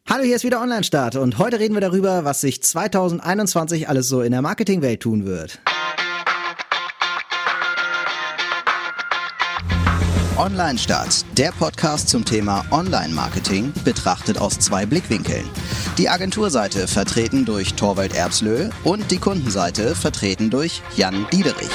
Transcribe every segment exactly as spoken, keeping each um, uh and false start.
Hallo, hier ist wieder Online-Start und heute reden wir darüber, was sich zwanzig einundzwanzig alles so in der Marketingwelt tun wird. Online-Start, der Podcast zum Thema Online-Marketing, betrachtet aus zwei Blickwinkeln. Die Agenturseite vertreten durch Torvald Erbslöh und die Kundenseite vertreten durch Jan Diederich.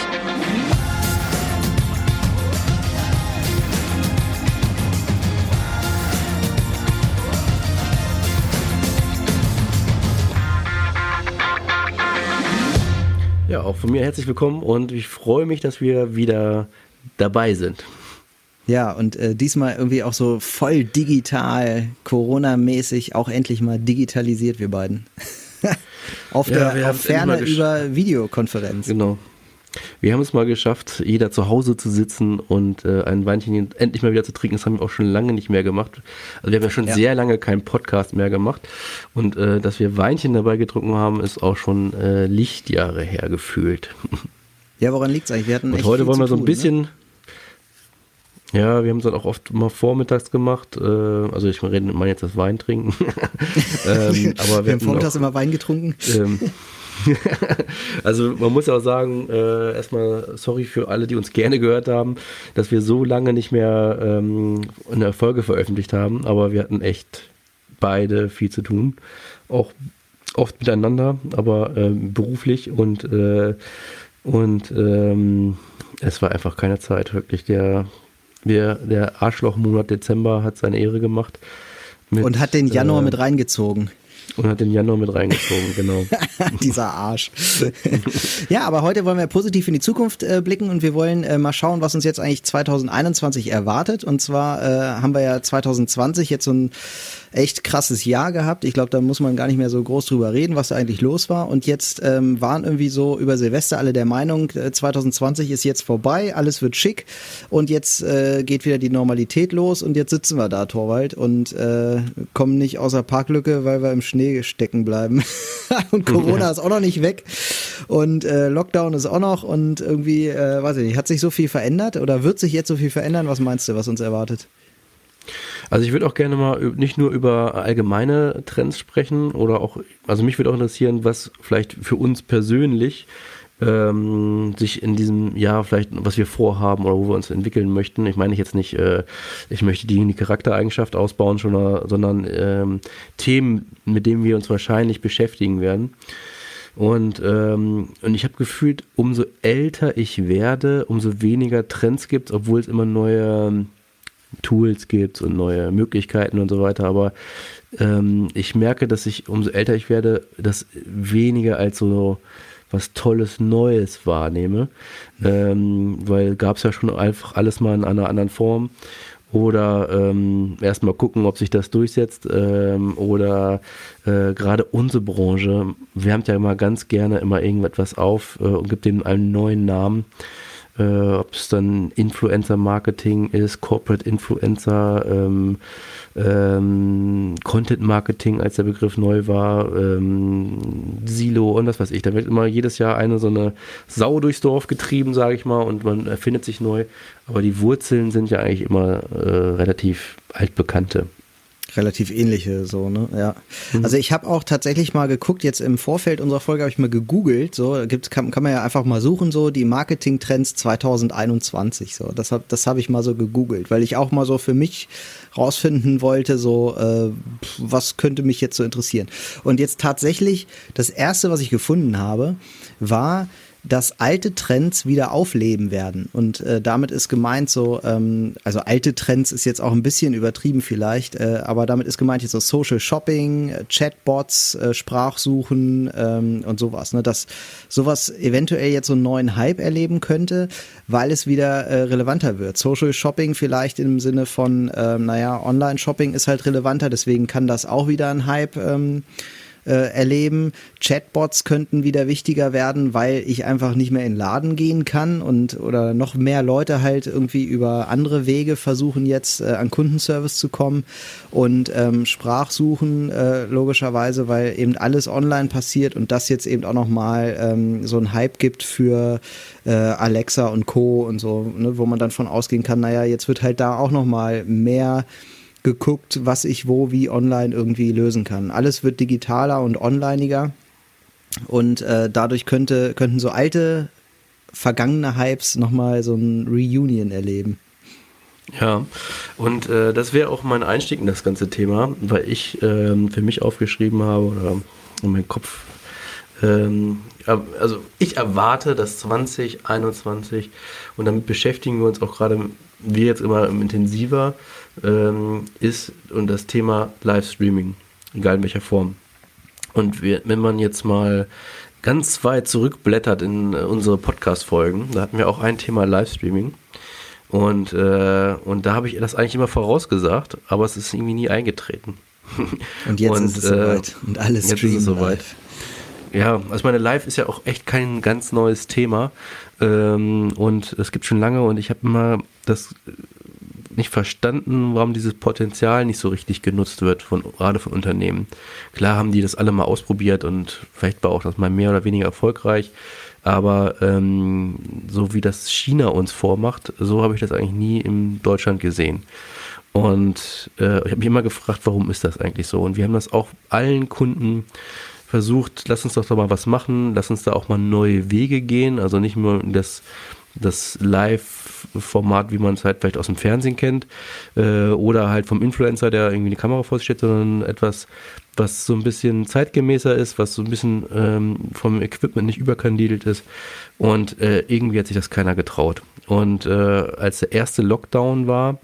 Ja, auch von mir herzlich willkommen und ich freue mich, dass wir wieder dabei sind. Ja, und äh, diesmal irgendwie auch so voll digital, Corona-mäßig, auch endlich mal digitalisiert, wir beiden. auf ja, der auf Ferne über Videokonferenz. Genau. Wir haben es mal geschafft, jeder zu Hause zu sitzen und äh, ein Weinchen endlich mal wieder zu trinken. Das haben wir auch schon lange nicht mehr gemacht. Also wir haben ja schon ja. sehr lange keinen Podcast mehr gemacht. Und äh, dass wir Weinchen dabei getrunken haben, ist auch schon äh, Lichtjahre her gefühlt. Ja, woran liegt es eigentlich? Wir hatten und echt heute viel wollen wir zu so ein tun, bisschen... Ne? Ja, wir haben es dann auch oft mal vormittags gemacht. Äh, also ich rede mal jetzt das Wein trinken. ähm, aber wir, wir haben vormittags auch, immer Wein getrunken. Ähm, also man muss ja auch sagen, äh, erstmal sorry für alle, die uns gerne gehört haben, dass wir so lange nicht mehr ähm, eine Folge veröffentlicht haben, aber wir hatten echt beide viel zu tun, auch oft miteinander, aber äh, beruflich und äh, und ähm, es war einfach keine Zeit, wirklich. Der, der, der Arschlochmonat Dezember hat seine Ehre gemacht. Mit, und hat den Januar äh, mit reingezogen. Und hat den Januar mit reingezogen, genau. Dieser Arsch. Ja, aber heute wollen wir positiv in die Zukunft äh, blicken und wir wollen äh, mal schauen, was uns jetzt eigentlich zwanzig einundzwanzig erwartet. Und zwar äh, haben wir ja zwanzig zwanzig jetzt so ein echt krasses Jahr gehabt. Ich glaube, da muss man gar nicht mehr so groß drüber reden, was da eigentlich los war. Und jetzt ähm, waren irgendwie so über Silvester alle der Meinung, äh, zwanzig zwanzig ist jetzt vorbei, alles wird schick und jetzt äh, geht wieder die Normalität los und jetzt sitzen wir da, Torvald, und äh, kommen nicht außer Parklücke, weil wir im Schnee stecken bleiben. Und Corona ja. ist auch noch nicht weg und äh, Lockdown ist auch noch und irgendwie, äh, weiß ich nicht, hat sich so viel verändert oder wird sich jetzt so viel verändern? Was meinst du, was uns erwartet? Also ich würde auch gerne mal nicht nur über allgemeine Trends sprechen oder auch, also mich würde auch interessieren, was vielleicht für uns persönlich ähm, sich in diesem Jahr vielleicht, was wir vorhaben oder wo wir uns entwickeln möchten. Ich meine jetzt nicht, äh, ich möchte die, die Charaktereigenschaft ausbauen, schon, sondern ähm, Themen, mit denen wir uns wahrscheinlich beschäftigen werden. Und, ähm, und ich habe gefühlt, umso älter ich werde, umso weniger Trends gibt es, obwohl es immer neue Tools gibt und neue Möglichkeiten und so weiter, aber ähm, ich merke, dass ich, umso älter ich werde, das weniger als so was Tolles Neues wahrnehme, ähm, weil gab es ja schon einfach alles mal in einer anderen Form oder ähm, erstmal gucken, ob sich das durchsetzt ähm, oder äh, gerade unsere Branche wärmt ja immer ganz gerne immer irgendetwas auf äh, und gibt dem einen neuen Namen. Äh, ob es dann Influencer-Marketing ist, Corporate Influencer, ähm, ähm, Content-Marketing, als der Begriff neu war, ähm, Silo und was weiß ich. Da wird immer jedes Jahr eine so eine Sau durchs Dorf getrieben, sage ich mal, und man erfindet sich neu. Aber die Wurzeln sind ja eigentlich immer äh, relativ altbekannte. Relativ ähnliche, so, ne, ja. Mhm. Also ich habe auch tatsächlich mal geguckt, jetzt im Vorfeld unserer Folge habe ich mal gegoogelt, so, gibt's, kann, kann man ja einfach mal suchen, so, die Marketing-Trends zwanzig einundzwanzig, so, das habe das hab ich mal so gegoogelt, weil ich auch mal so für mich rausfinden wollte, so, äh, was könnte mich jetzt so interessieren. Und jetzt tatsächlich, das erste, was ich gefunden habe, war, dass alte Trends wieder aufleben werden. Und äh, damit ist gemeint so, ähm, also alte Trends ist jetzt auch ein bisschen übertrieben vielleicht, äh, aber damit ist gemeint jetzt so Social Shopping, äh, Chatbots, äh, Sprachsuchen ähm, und sowas. Ne? Dass sowas eventuell jetzt so einen neuen Hype erleben könnte, weil es wieder äh, relevanter wird. Social Shopping vielleicht im Sinne von, ähm, naja, Online-Shopping ist halt relevanter, deswegen kann das auch wieder ein Hype ähm, Äh, erleben. Chatbots könnten wieder wichtiger werden, weil ich einfach nicht mehr in den Laden gehen kann und oder noch mehr Leute halt irgendwie über andere Wege versuchen jetzt äh, an Kundenservice zu kommen und ähm, Sprachsuchen äh, logischerweise, weil eben alles online passiert und das jetzt eben auch nochmal ähm, so einen Hype gibt für äh, Alexa und Co. und so, ne, wo man dann von ausgehen kann, naja, jetzt wird halt da auch nochmal mehr geguckt, was ich wo, wie online irgendwie lösen kann. Alles wird digitaler und onlineiger und äh, dadurch könnte, könnten so alte, vergangene Hypes nochmal so ein Reunion erleben. Ja, und äh, das wäre auch mein Einstieg in das ganze Thema, weil ich ähm, für mich aufgeschrieben habe oder in meinem Kopf, ähm, also ich erwarte, dass zwanzig einundzwanzig, und damit beschäftigen wir uns auch gerade, wir jetzt immer intensiver, ähm, ist und das Thema Livestreaming, egal in welcher Form. Und wir, wenn man jetzt mal ganz weit zurückblättert in unsere Podcast-Folgen, da hatten wir auch ein Thema Livestreaming. Und, äh, und da habe ich das eigentlich immer vorausgesagt, aber es ist irgendwie nie eingetreten. Und jetzt und, ist es soweit. Äh, und alles jetzt ist es soweit. Ja, also meine Live ist ja auch echt kein ganz neues Thema. Ähm, und es gibt schon lange und ich habe immer das nicht verstanden, warum dieses Potenzial nicht so richtig genutzt wird, von, gerade von Unternehmen. Klar haben die das alle mal ausprobiert und vielleicht war auch das mal mehr oder weniger erfolgreich. Aber ähm, so wie das China uns vormacht, so habe ich das eigentlich nie in Deutschland gesehen. Und äh, ich habe mich immer gefragt, warum ist das eigentlich so? Und wir haben das auch allen Kunden versucht, lass uns doch da mal was machen, lass uns da auch mal neue Wege gehen. Also nicht nur das, das Live-Format, wie man es halt vielleicht aus dem Fernsehen kennt, äh, oder halt vom Influencer, der irgendwie eine Kamera vor sich steht, sondern etwas, was so ein bisschen zeitgemäßer ist, was so ein bisschen ähm, vom Equipment nicht überkandidelt ist. Und äh, irgendwie hat sich das keiner getraut. Und äh, als der erste Lockdown war,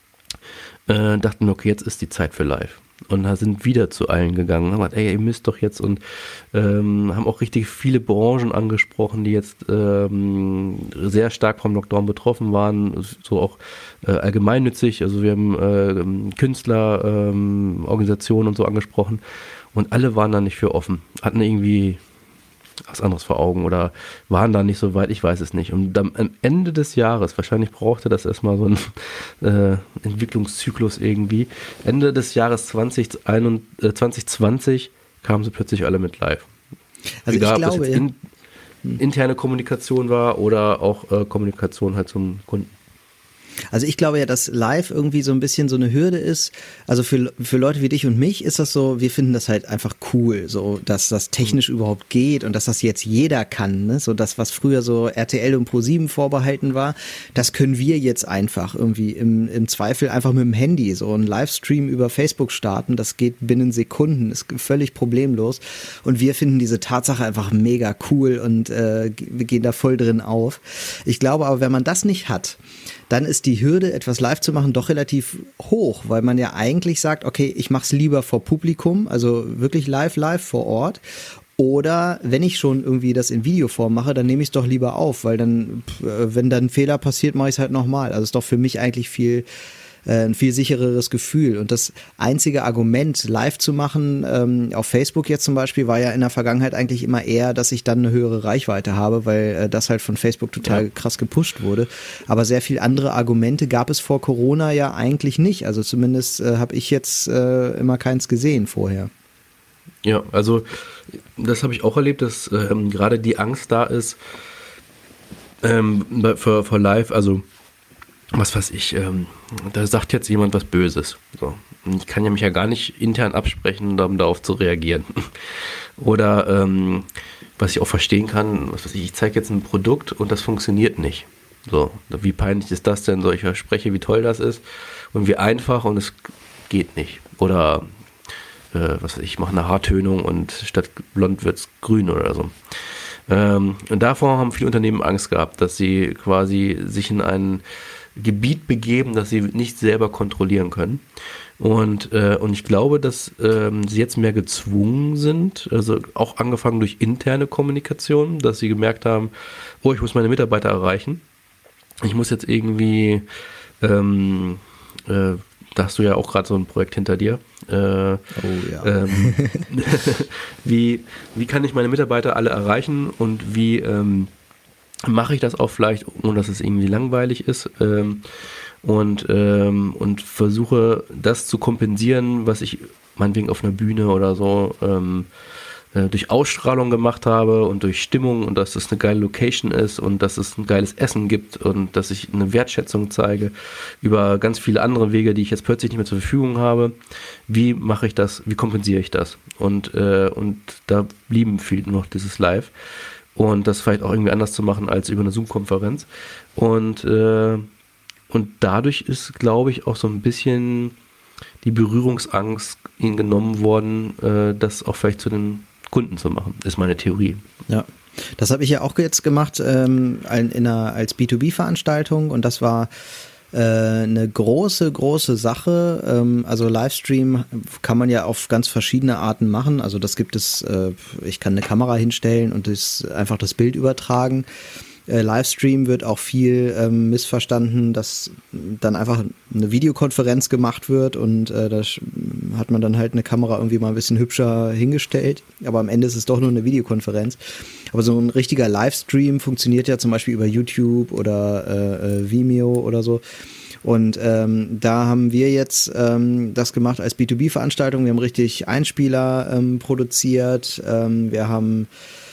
äh, dachten wir, okay, jetzt ist die Zeit für live. Und da sind wieder zu allen gegangen und haben gesagt, ey, ihr müsst doch jetzt, und ähm, haben auch richtig viele Branchen angesprochen, die jetzt ähm, sehr stark vom Lockdown betroffen waren, so auch äh, allgemeinnützig. Also wir haben äh, Künstler, ähm, Organisationen und so angesprochen und alle waren da nicht für offen, hatten irgendwie was anderes vor Augen oder waren da nicht so weit, ich weiß es nicht. Und am Ende des Jahres, wahrscheinlich brauchte das erstmal so ein äh, Entwicklungszyklus irgendwie, Ende des Jahres zwanzig zwanzig kamen sie plötzlich alle mit live. Also Egal, ich glaube, ob das jetzt in, interne Kommunikation war oder auch äh, Kommunikation halt zum Kunden. Also ich glaube ja, dass live irgendwie so ein bisschen so eine Hürde ist. Also für, für Leute wie dich und mich ist das so, wir finden das halt einfach cool, so dass das technisch mhm. überhaupt geht und dass das jetzt jeder kann. Ne? So das, was früher so R T L und Pro sieben vorbehalten war, das können wir jetzt einfach irgendwie im, im Zweifel einfach mit dem Handy so einen Livestream über Facebook starten. Das geht binnen Sekunden, ist völlig problemlos. Und wir finden diese Tatsache einfach mega cool und äh, wir gehen da voll drin auf. Ich glaube aber, wenn man das nicht hat, dann ist die Hürde, etwas live zu machen, doch relativ hoch, weil man ja eigentlich sagt, okay, ich mache es lieber vor Publikum, also wirklich live, live vor Ort. Oder wenn ich schon irgendwie das in Videoform mache, dann nehme ich es doch lieber auf, weil dann, wenn dann ein Fehler passiert, mache ich es halt nochmal. Also ist doch für mich eigentlich viel ein viel sichereres Gefühl. Und das einzige Argument, live zu machen, ähm, auf Facebook jetzt zum Beispiel, war ja in der Vergangenheit eigentlich immer eher, dass ich dann eine höhere Reichweite habe, weil äh, das halt von Facebook total ja. krass gepusht wurde. Aber sehr viele andere Argumente gab es vor Corona ja eigentlich nicht. Also zumindest äh, habe ich jetzt äh, immer keins gesehen vorher. Ja, also das habe ich auch erlebt, dass ähm, gerade die Angst da ist ähm, für, für live, also was weiß ich, ähm, da sagt jetzt jemand was Böses. So. Ich kann ja mich ja gar nicht intern absprechen, um darauf zu reagieren. Oder ähm, was ich auch verstehen kann, was weiß ich, ich zeige jetzt ein Produkt und das funktioniert nicht. So, wie peinlich ist das denn, so ich verspreche, wie toll das ist und wie einfach und es geht nicht. Oder äh, was weiß ich, ich mache eine Haartönung und statt blond wird es grün oder so. Ähm, und davor haben viele Unternehmen Angst gehabt, dass sie quasi sich in einen Gebiet begeben, das sie nicht selber kontrollieren können. Und, äh, und ich glaube, dass ähm, sie jetzt mehr gezwungen sind, also auch angefangen durch interne Kommunikation, dass sie gemerkt haben, oh, ich muss meine Mitarbeiter erreichen. Ich muss jetzt irgendwie, ähm, äh, da hast du ja auch gerade so ein Projekt hinter dir. Äh, oh ja. Ähm, wie, wie kann ich meine Mitarbeiter alle erreichen und wie ähm, mache ich das auch vielleicht, ohne dass es irgendwie langweilig ist ähm, und, ähm, und versuche das zu kompensieren, was ich meinetwegen auf einer Bühne oder so ähm, äh, durch Ausstrahlung gemacht habe und durch Stimmung und dass das eine geile Location ist und dass es ein geiles Essen gibt und dass ich eine Wertschätzung zeige über ganz viele andere Wege, die ich jetzt plötzlich nicht mehr zur Verfügung habe. Wie mache ich das? Wie kompensiere ich das? Und, äh, und da blieben viel noch dieses Live und das vielleicht auch irgendwie anders zu machen als über eine Zoom-Konferenz. Und, äh, und dadurch ist, glaube ich, auch so ein bisschen die Berührungsangst ihnen genommen worden, äh, das auch vielleicht zu den Kunden zu machen, ist meine Theorie. Ja, das habe ich ja auch jetzt gemacht ähm, in einer, als B zwei B-Veranstaltung und das war äh, eine große, große Sache. Ähm, also Livestream kann man ja auf ganz verschiedene Arten machen. Also das gibt es, äh, ich kann eine Kamera hinstellen und das, einfach das Bild übertragen. Äh, Livestream wird auch viel ähm, missverstanden, dass dann einfach eine Videokonferenz gemacht wird und äh, da hat man dann halt eine Kamera irgendwie mal ein bisschen hübscher hingestellt, aber am Ende ist es doch nur eine Videokonferenz. Aber so ein richtiger Livestream funktioniert ja zum Beispiel über YouTube oder äh, äh, Vimeo oder so. Und ähm, da haben wir jetzt ähm, das gemacht als B zwei B-Veranstaltung. Wir haben richtig Einspieler ähm, produziert. Ähm, wir haben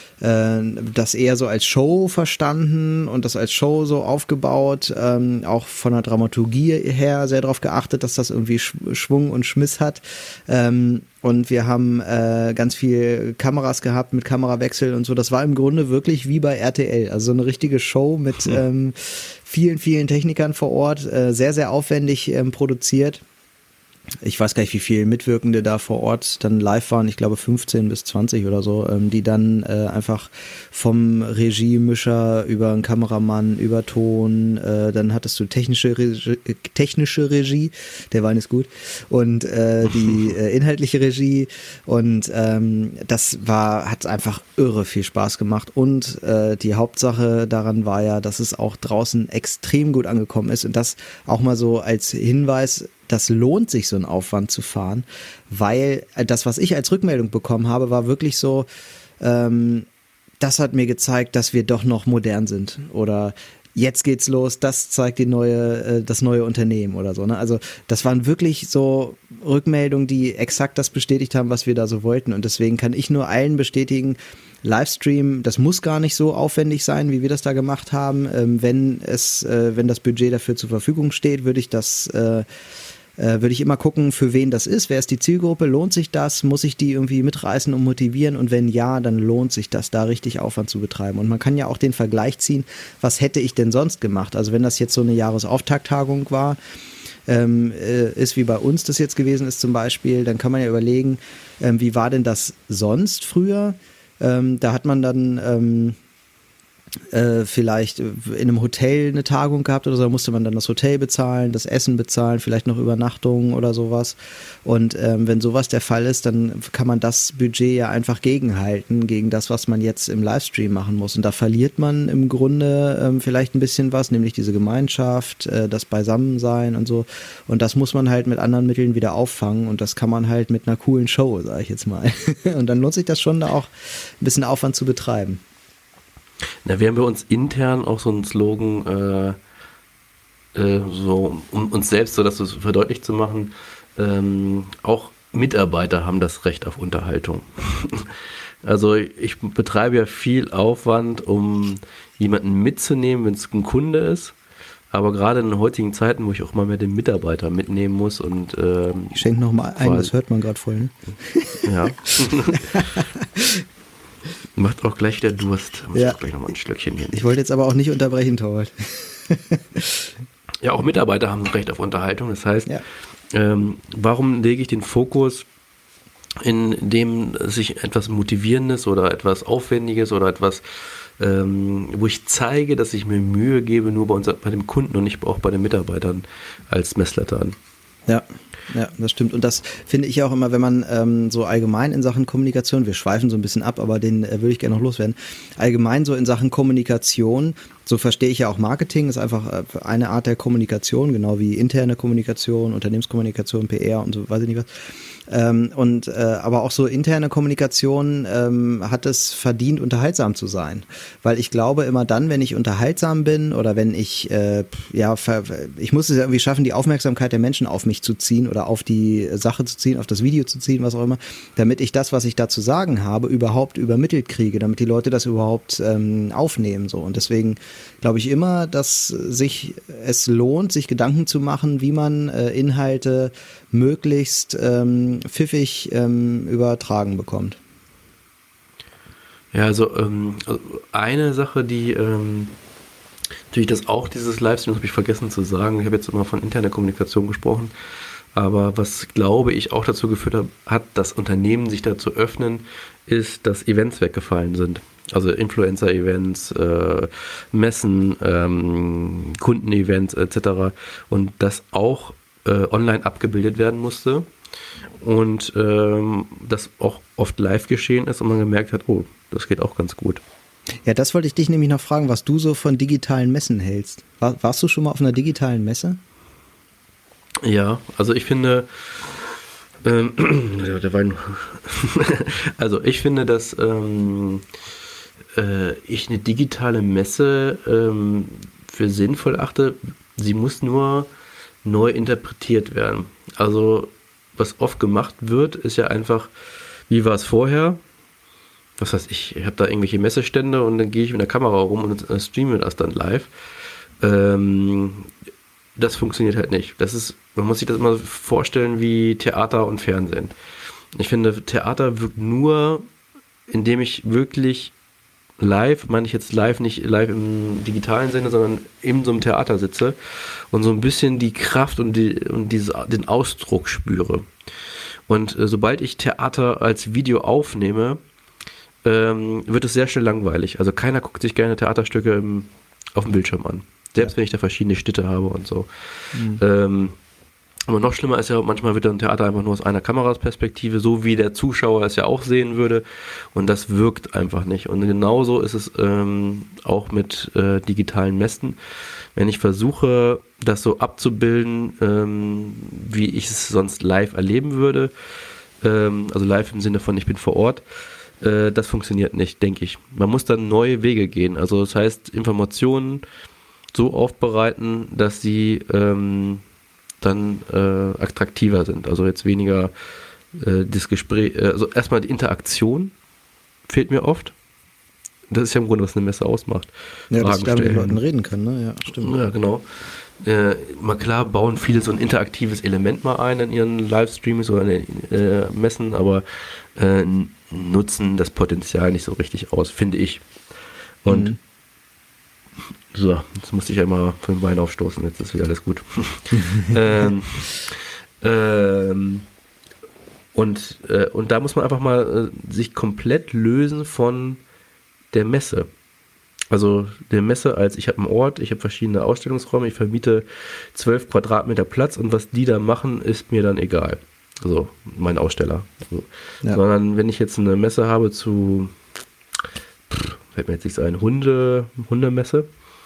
das eher so als Show verstanden und das als Show so aufgebaut, ähm, auch von der Dramaturgie her sehr darauf geachtet, dass das irgendwie Schwung und Schmiss hat. Ähm, und wir haben äh, ganz viel Kameras gehabt mit Kamerawechsel und so. Das war im Grunde wirklich wie bei R T L, also so eine richtige Show mit ähm, vielen, vielen Technikern vor Ort, äh, sehr, sehr aufwendig ähm, produziert. Ich weiß gar nicht, wie viele Mitwirkende da vor Ort dann live waren, ich glaube fünfzehn bis zwanzig oder so, ähm, die dann äh, einfach vom Regiemischer über einen Kameramann, über Ton, äh, dann hattest du technische Regie, technische Regie, der Wein ist gut, und äh, die äh, inhaltliche Regie und ähm, das war, hat einfach irre viel Spaß gemacht und äh, die Hauptsache daran war ja, dass es auch draußen extrem gut angekommen ist und das auch mal so als Hinweis, das lohnt sich, so einen Aufwand zu fahren, weil das, was ich als Rückmeldung bekommen habe, war wirklich so, ähm, das hat mir gezeigt, dass wir doch noch modern sind oder jetzt geht's los, das zeigt die neue, äh, das neue Unternehmen oder so. Ne? Also das waren wirklich so Rückmeldungen, die exakt das bestätigt haben, was wir da so wollten und deswegen kann ich nur allen bestätigen, Livestream, das muss gar nicht so aufwendig sein, wie wir das da gemacht haben. Ähm, wenn es, äh, wenn das Budget dafür zur Verfügung steht, würde ich das äh, Äh, würde ich immer gucken, für wen das ist, wer ist die Zielgruppe, lohnt sich das, muss ich die irgendwie mitreißen und motivieren und wenn ja, dann lohnt sich das, da richtig Aufwand zu betreiben und man kann ja auch den Vergleich ziehen, was hätte ich denn sonst gemacht, also wenn das jetzt so eine Jahresauftakttagung war, ähm, äh, ist wie bei uns das jetzt gewesen ist zum Beispiel, dann kann man ja überlegen, ähm, wie war denn das sonst früher, ähm, da hat man dann ähm, Äh, vielleicht in einem Hotel eine Tagung gehabt oder so, da musste man dann das Hotel bezahlen, das Essen bezahlen, vielleicht noch Übernachtungen oder sowas. Und ähm, wenn sowas der Fall ist, dann kann man das Budget ja einfach gegenhalten, gegen das, was man jetzt im Livestream machen muss. Und da verliert man im Grunde ähm, vielleicht ein bisschen was, nämlich diese Gemeinschaft, äh, das Beisammensein und so. Und das muss man halt mit anderen Mitteln wieder auffangen und das kann man halt mit einer coolen Show, sage ich jetzt mal. Und dann lohnt sich das schon, da auch ein bisschen Aufwand zu betreiben. Na, wir haben bei uns intern auch so einen Slogan, äh, äh, so, um uns selbst so das so verdeutlicht zu machen, ähm, auch Mitarbeiter haben das Recht auf Unterhaltung. Also ich betreibe ja viel Aufwand, um jemanden mitzunehmen, wenn es ein Kunde ist. Aber gerade in den heutigen Zeiten, wo ich auch mal mehr den Mitarbeiter mitnehmen muss und ähm, ich schenke noch mal ein, das hört man gerade voll, ne? Ja. Macht auch gleich wieder Durst. Muss ja. auch gleich nochmal ein Schlückchen hier nehmen. Ich wollte jetzt aber auch nicht unterbrechen, Torwald. Ja, auch Mitarbeiter haben Recht auf Unterhaltung. Das heißt, ja. ähm, warum lege ich den Fokus in dem sich etwas Motivierendes oder etwas Aufwendiges oder etwas, ähm, wo ich zeige, dass ich mir Mühe gebe, nur bei, uns, bei dem Kunden und nicht auch bei den Mitarbeitern als Messlatte an. Ja, ja, das stimmt. Und das finde ich auch immer, wenn man ähm, so allgemein in Sachen Kommunikation, wir schweifen so ein bisschen ab, aber den äh, würde ich gerne noch loswerden, allgemein so in Sachen Kommunikation, so verstehe ich ja auch Marketing, ist einfach äh, eine Art der Kommunikation, genau wie interne Kommunikation, Unternehmenskommunikation, P R und so, weiß ich nicht was. Ähm, und äh, aber auch so interne Kommunikation ähm, hat es verdient, unterhaltsam zu sein. Weil ich glaube, immer dann, wenn ich unterhaltsam bin oder wenn ich, äh, ja, ver- ich muss es ja irgendwie schaffen, die Aufmerksamkeit der Menschen auf mich zu ziehen oder auf die Sache zu ziehen, auf das Video zu ziehen, was auch immer, damit ich das, was ich da zu sagen habe, überhaupt übermittelt kriege, damit die Leute das überhaupt ähm, aufnehmen. So. Und deswegen glaube ich immer, dass sich es lohnt, sich Gedanken zu machen, wie man äh, Inhalte möglichst ähm, pfiffig ähm, übertragen bekommt. Ja, also ähm, eine Sache, die ähm, natürlich das auch, dieses Livestream, das habe ich vergessen zu sagen, ich habe jetzt immer von interner Kommunikation gesprochen, aber was, glaube ich, auch dazu geführt hat, hat, das Unternehmen sich dazu öffnen, ist, dass Events weggefallen sind. Also Influencer-Events, äh, Messen, ähm, Kundenevents et cetera. Und das auch äh, online abgebildet werden musste und ähm, das auch oft live geschehen ist und man gemerkt hat, oh, das geht auch ganz gut. Ja, das wollte ich dich nämlich noch fragen, was du so von digitalen Messen hältst. War, warst du schon mal auf einer digitalen Messe? Ja, also ich finde, ähm, der Wein, also ich finde, dass ähm, äh, ich eine digitale Messe ähm, für sinnvoll achte. Sie muss nur neu interpretiert werden. Also was oft gemacht wird, ist ja einfach, wie war es vorher? Was heißt, ich, ich habe da irgendwelche Messestände und dann gehe ich mit der Kamera rum und äh, streame das dann live. Ähm, das funktioniert halt nicht. Das ist, man muss sich das immer vorstellen wie Theater und Fernsehen. Ich finde, Theater wirkt nur, indem ich wirklich live, meine ich jetzt live, nicht live im digitalen Sinne, sondern in so einem Theater sitze und so ein bisschen die Kraft und, die, und diese, den Ausdruck spüre. Und äh, sobald ich Theater als Video aufnehme, ähm, wird es sehr schnell langweilig. Also keiner guckt sich gerne Theaterstücke im, auf dem Bildschirm an. Selbst ja. wenn ich da verschiedene Schnitte habe und so. Mhm. Ähm, aber noch schlimmer ist ja, manchmal wird dann Theater einfach nur aus einer Kamerasperspektive, so wie der Zuschauer es ja auch sehen würde. Und das wirkt einfach nicht. Und genauso ist es ähm, auch mit äh, digitalen Messen. Wenn ich versuche, das so abzubilden, ähm, wie ich es sonst live erleben würde, ähm, also live im Sinne von ich bin vor Ort, äh, das funktioniert nicht, denke ich. Man muss dann neue Wege gehen. Also das heißt, Informationen so aufbereiten, dass sie ähm, dann äh, attraktiver sind. Also jetzt weniger äh, das Gespräch, äh, also erstmal die Interaktion fehlt mir oft. Das ist ja im Grunde, was eine Messe ausmacht. Ja, dass wir mit den Leuten reden können, ne? Ja, stimmt. Ja, genau. Äh, mal klar bauen viele so ein interaktives Element mal ein in ihren Livestreams oder in den äh, Messen, aber äh, nutzen das Potenzial nicht so richtig aus, finde ich. Und mhm. so, jetzt musste ich einmal von dem Bein aufstoßen, jetzt ist wieder alles gut. ähm, ähm, und, äh, und da muss man einfach mal äh, sich komplett lösen von der Messe. Also der Messe als, ich habe einen Ort, ich habe verschiedene Ausstellungsräume, ich vermiete zwölf Quadratmeter Platz und was die da machen, ist mir dann egal. Also mein Aussteller. Also, ja. Sondern wenn ich jetzt eine Messe habe zu, pff, fällt mir jetzt nicht so ein, Hunde, Hundemesse,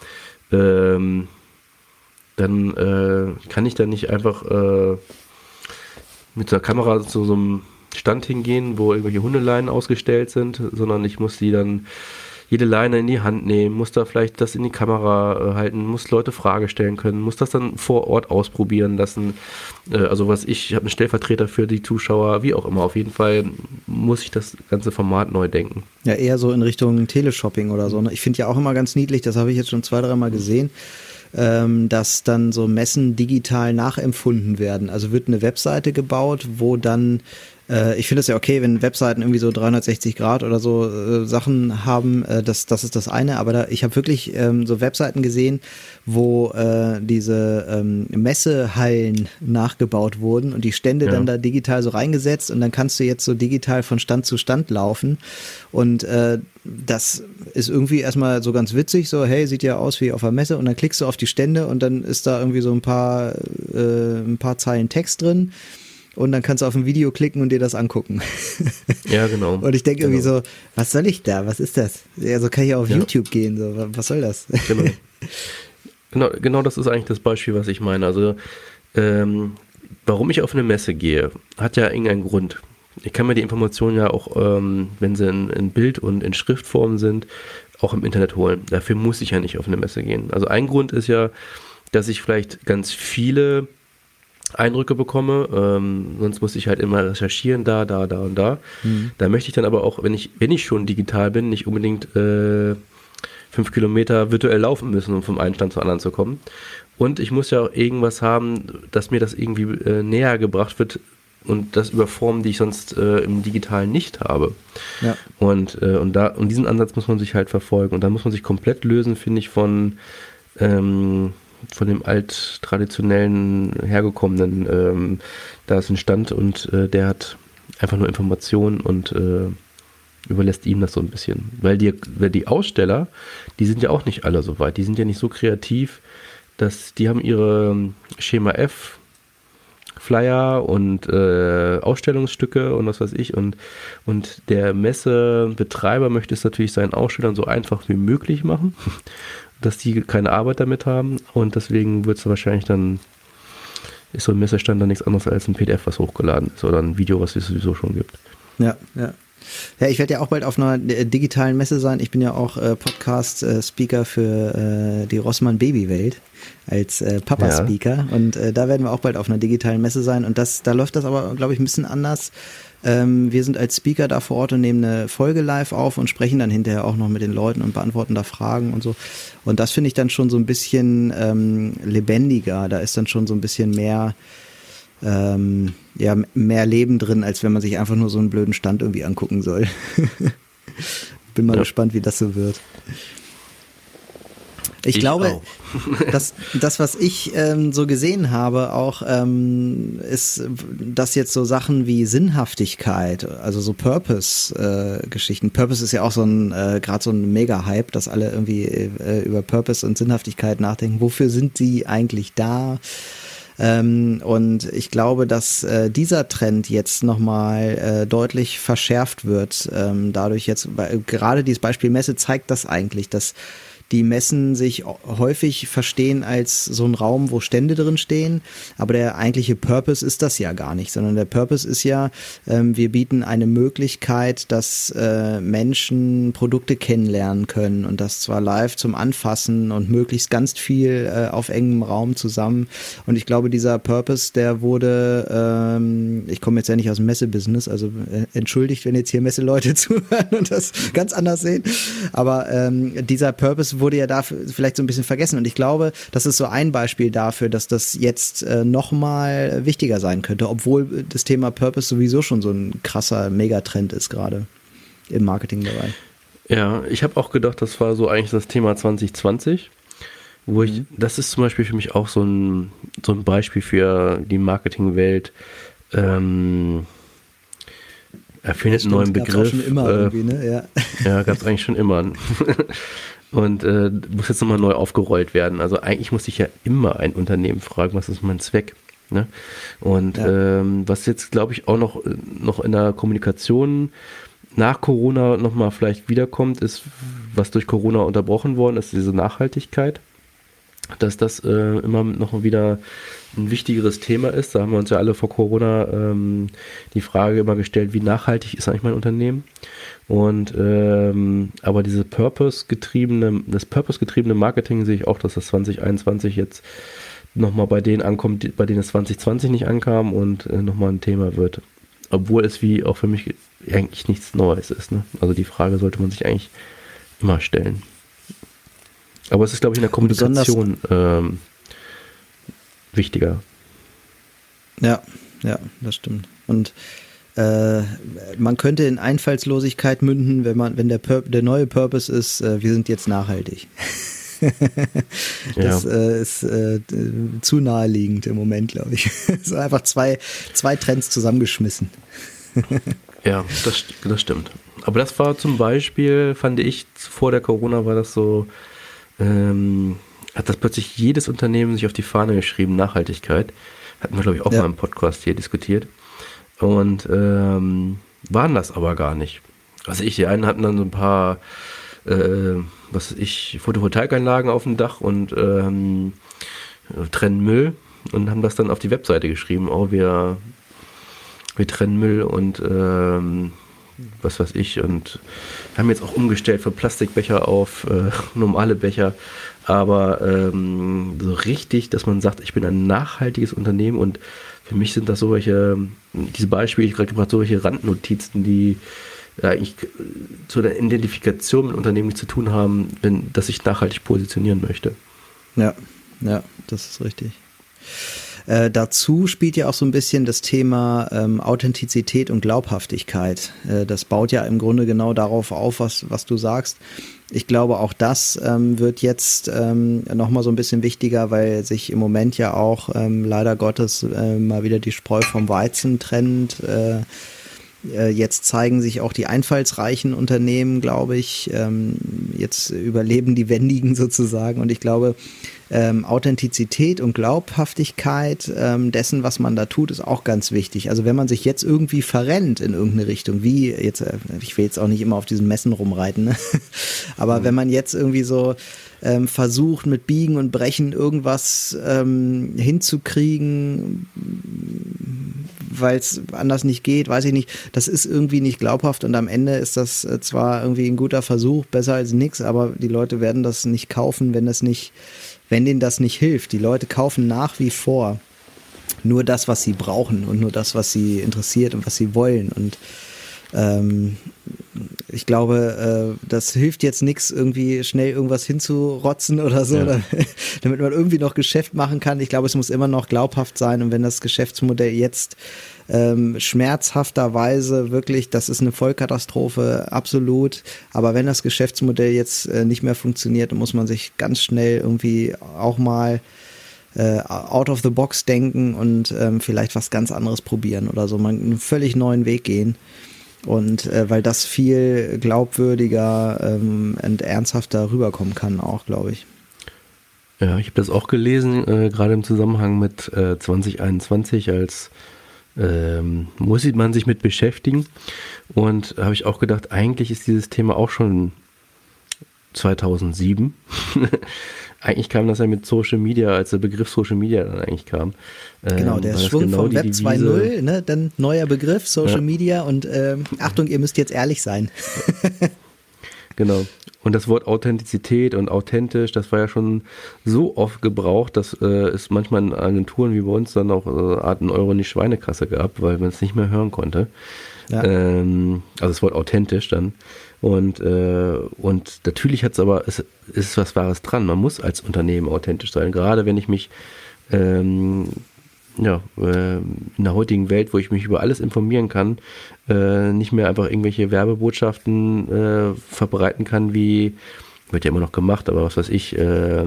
ähm, dann äh, kann ich da nicht einfach äh, mit der Kamera zu so einem Stand hingehen, wo irgendwelche Hundeleinen ausgestellt sind, sondern ich muss die dann jede Leine in die Hand nehmen, muss da vielleicht das in die Kamera äh, halten, muss Leute Fragen stellen können, muss das dann vor Ort ausprobieren lassen. Äh, also was ich, ich habe einen Stellvertreter für die Zuschauer, wie auch immer. Auf jeden Fall muss ich das ganze Format neu denken. Ja, eher so in Richtung Teleshopping oder so. Ne? Ich finde ja auch immer ganz niedlich, das habe ich jetzt schon zwei, dreimal gesehen, ähm, dass dann so Messen digital nachempfunden werden. Also wird eine Webseite gebaut, wo dann ich finde es ja okay, wenn Webseiten irgendwie so dreihundertsechzig Grad oder so äh, Sachen haben, äh, das, das ist das eine, aber da, ich habe wirklich ähm, so Webseiten gesehen, wo äh, diese ähm, Messehallen nachgebaut wurden und die Stände ja. dann da digital so reingesetzt und dann kannst du jetzt so digital von Stand zu Stand laufen und äh, das ist irgendwie erstmal so ganz witzig, so hey, sieht ja aus wie auf einer Messe und dann klickst du auf die Stände und dann ist da irgendwie so ein paar, äh, ein paar Zeilen Text drin. Und dann kannst du auf ein Video klicken und dir das angucken. Ja, genau. Und ich denke genau. irgendwie so, was soll ich da? Was ist das? Ja, so kann ich auch auf ja. YouTube gehen. So, was soll das? Genau. genau. Genau das ist eigentlich das Beispiel, was ich meine. Also ähm, warum ich auf eine Messe gehe, hat ja irgendeinen Grund. Ich kann mir die Informationen ja auch, ähm, wenn sie in, in Bild und in Schriftform sind, auch im Internet holen. Dafür muss ich ja nicht auf eine Messe gehen. Also ein Grund ist ja, dass ich vielleicht ganz viele Eindrücke bekomme, ähm, sonst muss ich halt immer recherchieren, da, da, da und da. Mhm. Da möchte ich dann aber auch, wenn ich, wenn ich schon digital bin, nicht unbedingt äh, fünf Kilometer virtuell laufen müssen, um vom einen Stand zum anderen zu kommen. Und ich muss ja auch irgendwas haben, dass mir das irgendwie äh, näher gebracht wird und das über Formen, die ich sonst äh, im Digitalen nicht habe. Ja. Und, äh, und da, und diesen Ansatz muss man sich halt verfolgen. Und da muss man sich komplett lösen, finde ich, von ähm, von dem alt-traditionellen, hergekommenen, ähm, da ist ein Stand und äh, der hat einfach nur Informationen und äh, überlässt ihm das so ein bisschen. Weil die, weil die Aussteller, die sind ja auch nicht alle so weit, die sind ja nicht so kreativ, dass die haben ihre Schema F Flyer und äh, Ausstellungsstücke und was weiß ich und, und der Messebetreiber möchte es natürlich seinen Ausstellern so einfach wie möglich machen, dass die keine Arbeit damit haben und deswegen wird es wahrscheinlich dann, ist so ein Messestand dann nichts anderes als ein P D F, was hochgeladen ist oder ein Video, was es sowieso schon gibt. Ja, ja. Ja, ich werde ja auch bald auf einer digitalen Messe sein. Ich bin ja auch äh, Podcast-Speaker äh, für äh, die Rossmann Babywelt als äh, Papa-Speaker ja. und äh, da werden wir auch bald auf einer digitalen Messe sein und das, da läuft das aber, glaube ich, ein bisschen anders. Ähm, wir sind als Speaker da vor Ort und nehmen eine Folge live auf und sprechen dann hinterher auch noch mit den Leuten und beantworten da Fragen und so. Und das finde ich dann schon so ein bisschen ähm, lebendiger. Da ist dann schon so ein bisschen mehr ähm, ja, mehr Leben drin, als wenn man sich einfach nur so einen blöden Stand irgendwie angucken soll. Bin mal ja. gespannt, wie das so wird. Ich, ich glaube, dass das, was ich ähm, so gesehen habe, auch ähm, ist, dass jetzt so Sachen wie Sinnhaftigkeit, also so Purpose-Geschichten. Äh, Purpose ist ja auch so ein, äh, gerade so ein Mega-Hype, dass alle irgendwie äh, über Purpose und Sinnhaftigkeit nachdenken. Wofür sind sie eigentlich da? Ähm, und ich glaube, dass äh, dieser Trend jetzt nochmal äh, deutlich verschärft wird. Ähm, dadurch jetzt, weil, gerade dieses Beispiel Messe zeigt das eigentlich, dass die Messen sich häufig verstehen als so ein Raum, wo Stände drin stehen, aber der eigentliche Purpose ist das ja gar nicht, sondern der Purpose ist ja, ähm, wir bieten eine Möglichkeit, dass äh, Menschen Produkte kennenlernen können und das zwar live zum Anfassen und möglichst ganz viel äh, auf engem Raum zusammen und ich glaube, dieser Purpose, der wurde, ähm, ich komme jetzt ja nicht aus dem Messebusiness, also äh, entschuldigt, wenn jetzt hier Messeleute zuhören und das ganz anders sehen, aber ähm, dieser Purpose wurde ja dafür vielleicht so ein bisschen vergessen und ich glaube, das ist so ein Beispiel dafür, dass das jetzt äh, nochmal wichtiger sein könnte, obwohl das Thema Purpose sowieso schon so ein krasser Megatrend ist gerade im Marketingbereich. Ja, ich habe auch gedacht, das war so eigentlich das Thema zwanzig zwanzig, wo ich, mhm. das ist zum Beispiel für mich auch so ein, so ein Beispiel für die Marketingwelt, ähm, erfindet einen neuen Begriff. Gab's auch schon immer äh, irgendwie, ne? Ja, ja gab es eigentlich schon immer. Und äh, muss jetzt nochmal neu aufgerollt werden. Also eigentlich muss ich ja immer ein Unternehmen fragen, was ist mein Zweck? Ne? Und ja. ähm, was jetzt, glaube ich, auch noch, noch in der Kommunikation nach Corona nochmal vielleicht wiederkommt, ist, was durch Corona unterbrochen worden ist, diese Nachhaltigkeit. Dass das äh, immer noch wieder ein wichtigeres Thema ist. Da haben wir uns ja alle vor Corona ähm, die Frage immer gestellt, wie nachhaltig ist eigentlich mein Unternehmen? Und ähm, aber diese Purpose-getriebene, das Purpose-getriebene Marketing sehe ich auch, dass das zwanzig einundzwanzig jetzt nochmal bei denen ankommt, die, bei denen es zwanzig zwanzig nicht ankam und äh, nochmal ein Thema wird. Obwohl es wie auch für mich eigentlich nichts Neues ist. Ne? Also die Frage sollte man sich eigentlich immer stellen. Aber es ist, glaube ich, in der Kommunikation ähm, wichtiger. Ja, ja, das stimmt. Und äh, man könnte in Einfallslosigkeit münden, wenn man, wenn der, Pur- der neue Purpose ist, äh, wir sind jetzt nachhaltig. Das ja. äh, ist äh, zu naheliegend im Moment, glaube ich. Es sind einfach zwei, zwei Trends zusammengeschmissen. Ja, das, das stimmt. Aber das war zum Beispiel, fand ich, vor der Corona war das so, ähm, hat das plötzlich jedes Unternehmen sich auf die Fahne geschrieben, Nachhaltigkeit. Hatten wir, glaube ich, auch ja. mal im Podcast hier diskutiert. Und ähm, waren das aber gar nicht. Also ich, die einen hatten dann so ein paar, äh, was weiß ich, Photovoltaikanlagen auf dem Dach und ähm, trennen Müll. und haben das dann auf die Webseite geschrieben. Oh, wir, wir trennen Müll und ähm, was weiß ich, und haben jetzt auch umgestellt von Plastikbecher auf äh, normale Becher. Aber ähm, so richtig, dass man sagt, ich bin ein nachhaltiges Unternehmen, und für mich sind das so welche, diese Beispiele, die ich gerade gebracht habe, so welche Randnotizen, die ja, eigentlich zu der Identifikation mit Unternehmen nichts zu tun haben, wenn, dass ich nachhaltig positionieren möchte. Ja, ja, das ist richtig. Äh, dazu spielt ja auch so ein bisschen das Thema ähm, Authentizität und Glaubhaftigkeit. Äh, das baut ja im Grunde genau darauf auf, was, was du sagst. Ich glaube, auch das ähm, wird jetzt ähm, nochmal so ein bisschen wichtiger, weil sich im Moment ja auch ähm, leider Gottes äh, mal wieder die Spreu vom Weizen trennt. Äh, äh, jetzt zeigen sich auch die einfallsreichen Unternehmen, glaube ich. Ähm, jetzt überleben die Wendigen sozusagen. Und ich glaube, Ähm, Authentizität und Glaubhaftigkeit ähm, dessen, was man da tut, ist auch ganz wichtig. Also wenn man sich jetzt irgendwie verrennt in irgendeine Richtung, wie jetzt, äh, ich will jetzt auch nicht immer auf diesen Messen rumreiten, ne? Aber mhm. wenn man jetzt irgendwie so ähm, versucht, mit Biegen und Brechen irgendwas ähm, hinzukriegen, weil es anders nicht geht, weiß ich nicht, das ist irgendwie nicht glaubhaft, und am Ende ist das äh, zwar irgendwie ein guter Versuch, besser als nix, aber die Leute werden das nicht kaufen, wenn das nicht wenn denen das nicht hilft. Die Leute kaufen nach wie vor nur das, was sie brauchen, und nur das, was sie interessiert und was sie wollen. Und ähm, ich glaube, äh, das hilft jetzt nichts, irgendwie schnell irgendwas hinzurotzen oder so, ja. damit man irgendwie noch Geschäft machen kann. Ich glaube, es muss immer noch glaubhaft sein, und wenn das Geschäftsmodell jetzt ähm, schmerzhafterweise wirklich, das ist eine Vollkatastrophe, absolut, aber wenn das Geschäftsmodell jetzt äh, nicht mehr funktioniert, dann muss man sich ganz schnell irgendwie auch mal äh, out of the box denken und ähm, vielleicht was ganz anderes probieren oder so, mal einen völlig neuen Weg gehen. Und äh, weil das viel glaubwürdiger ähm, und ernsthafter rüberkommen kann auch, glaube ich. Ja, ich habe das auch gelesen, äh, gerade im Zusammenhang mit äh, zwanzig einundzwanzig, als ähm, muss man sich mit beschäftigen. Und habe ich auch gedacht, eigentlich ist dieses Thema auch schon zweitausendsieben. Eigentlich kam das ja mit Social Media, als der Begriff Social Media dann eigentlich kam. Genau, der ähm, Schwung genau vom Web zwei Punkt null, ne, dann neuer Begriff, Social ja. Media, und ähm, Achtung, ihr müsst jetzt ehrlich sein. Genau. Und das Wort Authentizität und authentisch, das war ja schon so oft gebraucht, dass äh, es manchmal in Agenturen wie bei uns dann auch äh, einen Euro in die Schweinekasse gab, weil man es nicht mehr hören konnte. Ja. Ähm, also das Wort authentisch dann. Und, äh, und natürlich hat es aber, es ist was Wahres dran. Man muss als Unternehmen authentisch sein. Gerade wenn ich mich ähm, ja, äh, in der heutigen Welt, wo ich mich über alles informieren kann, äh, nicht mehr einfach irgendwelche Werbebotschaften äh, verbreiten kann, wie, wird ja immer noch gemacht, aber was weiß ich, äh,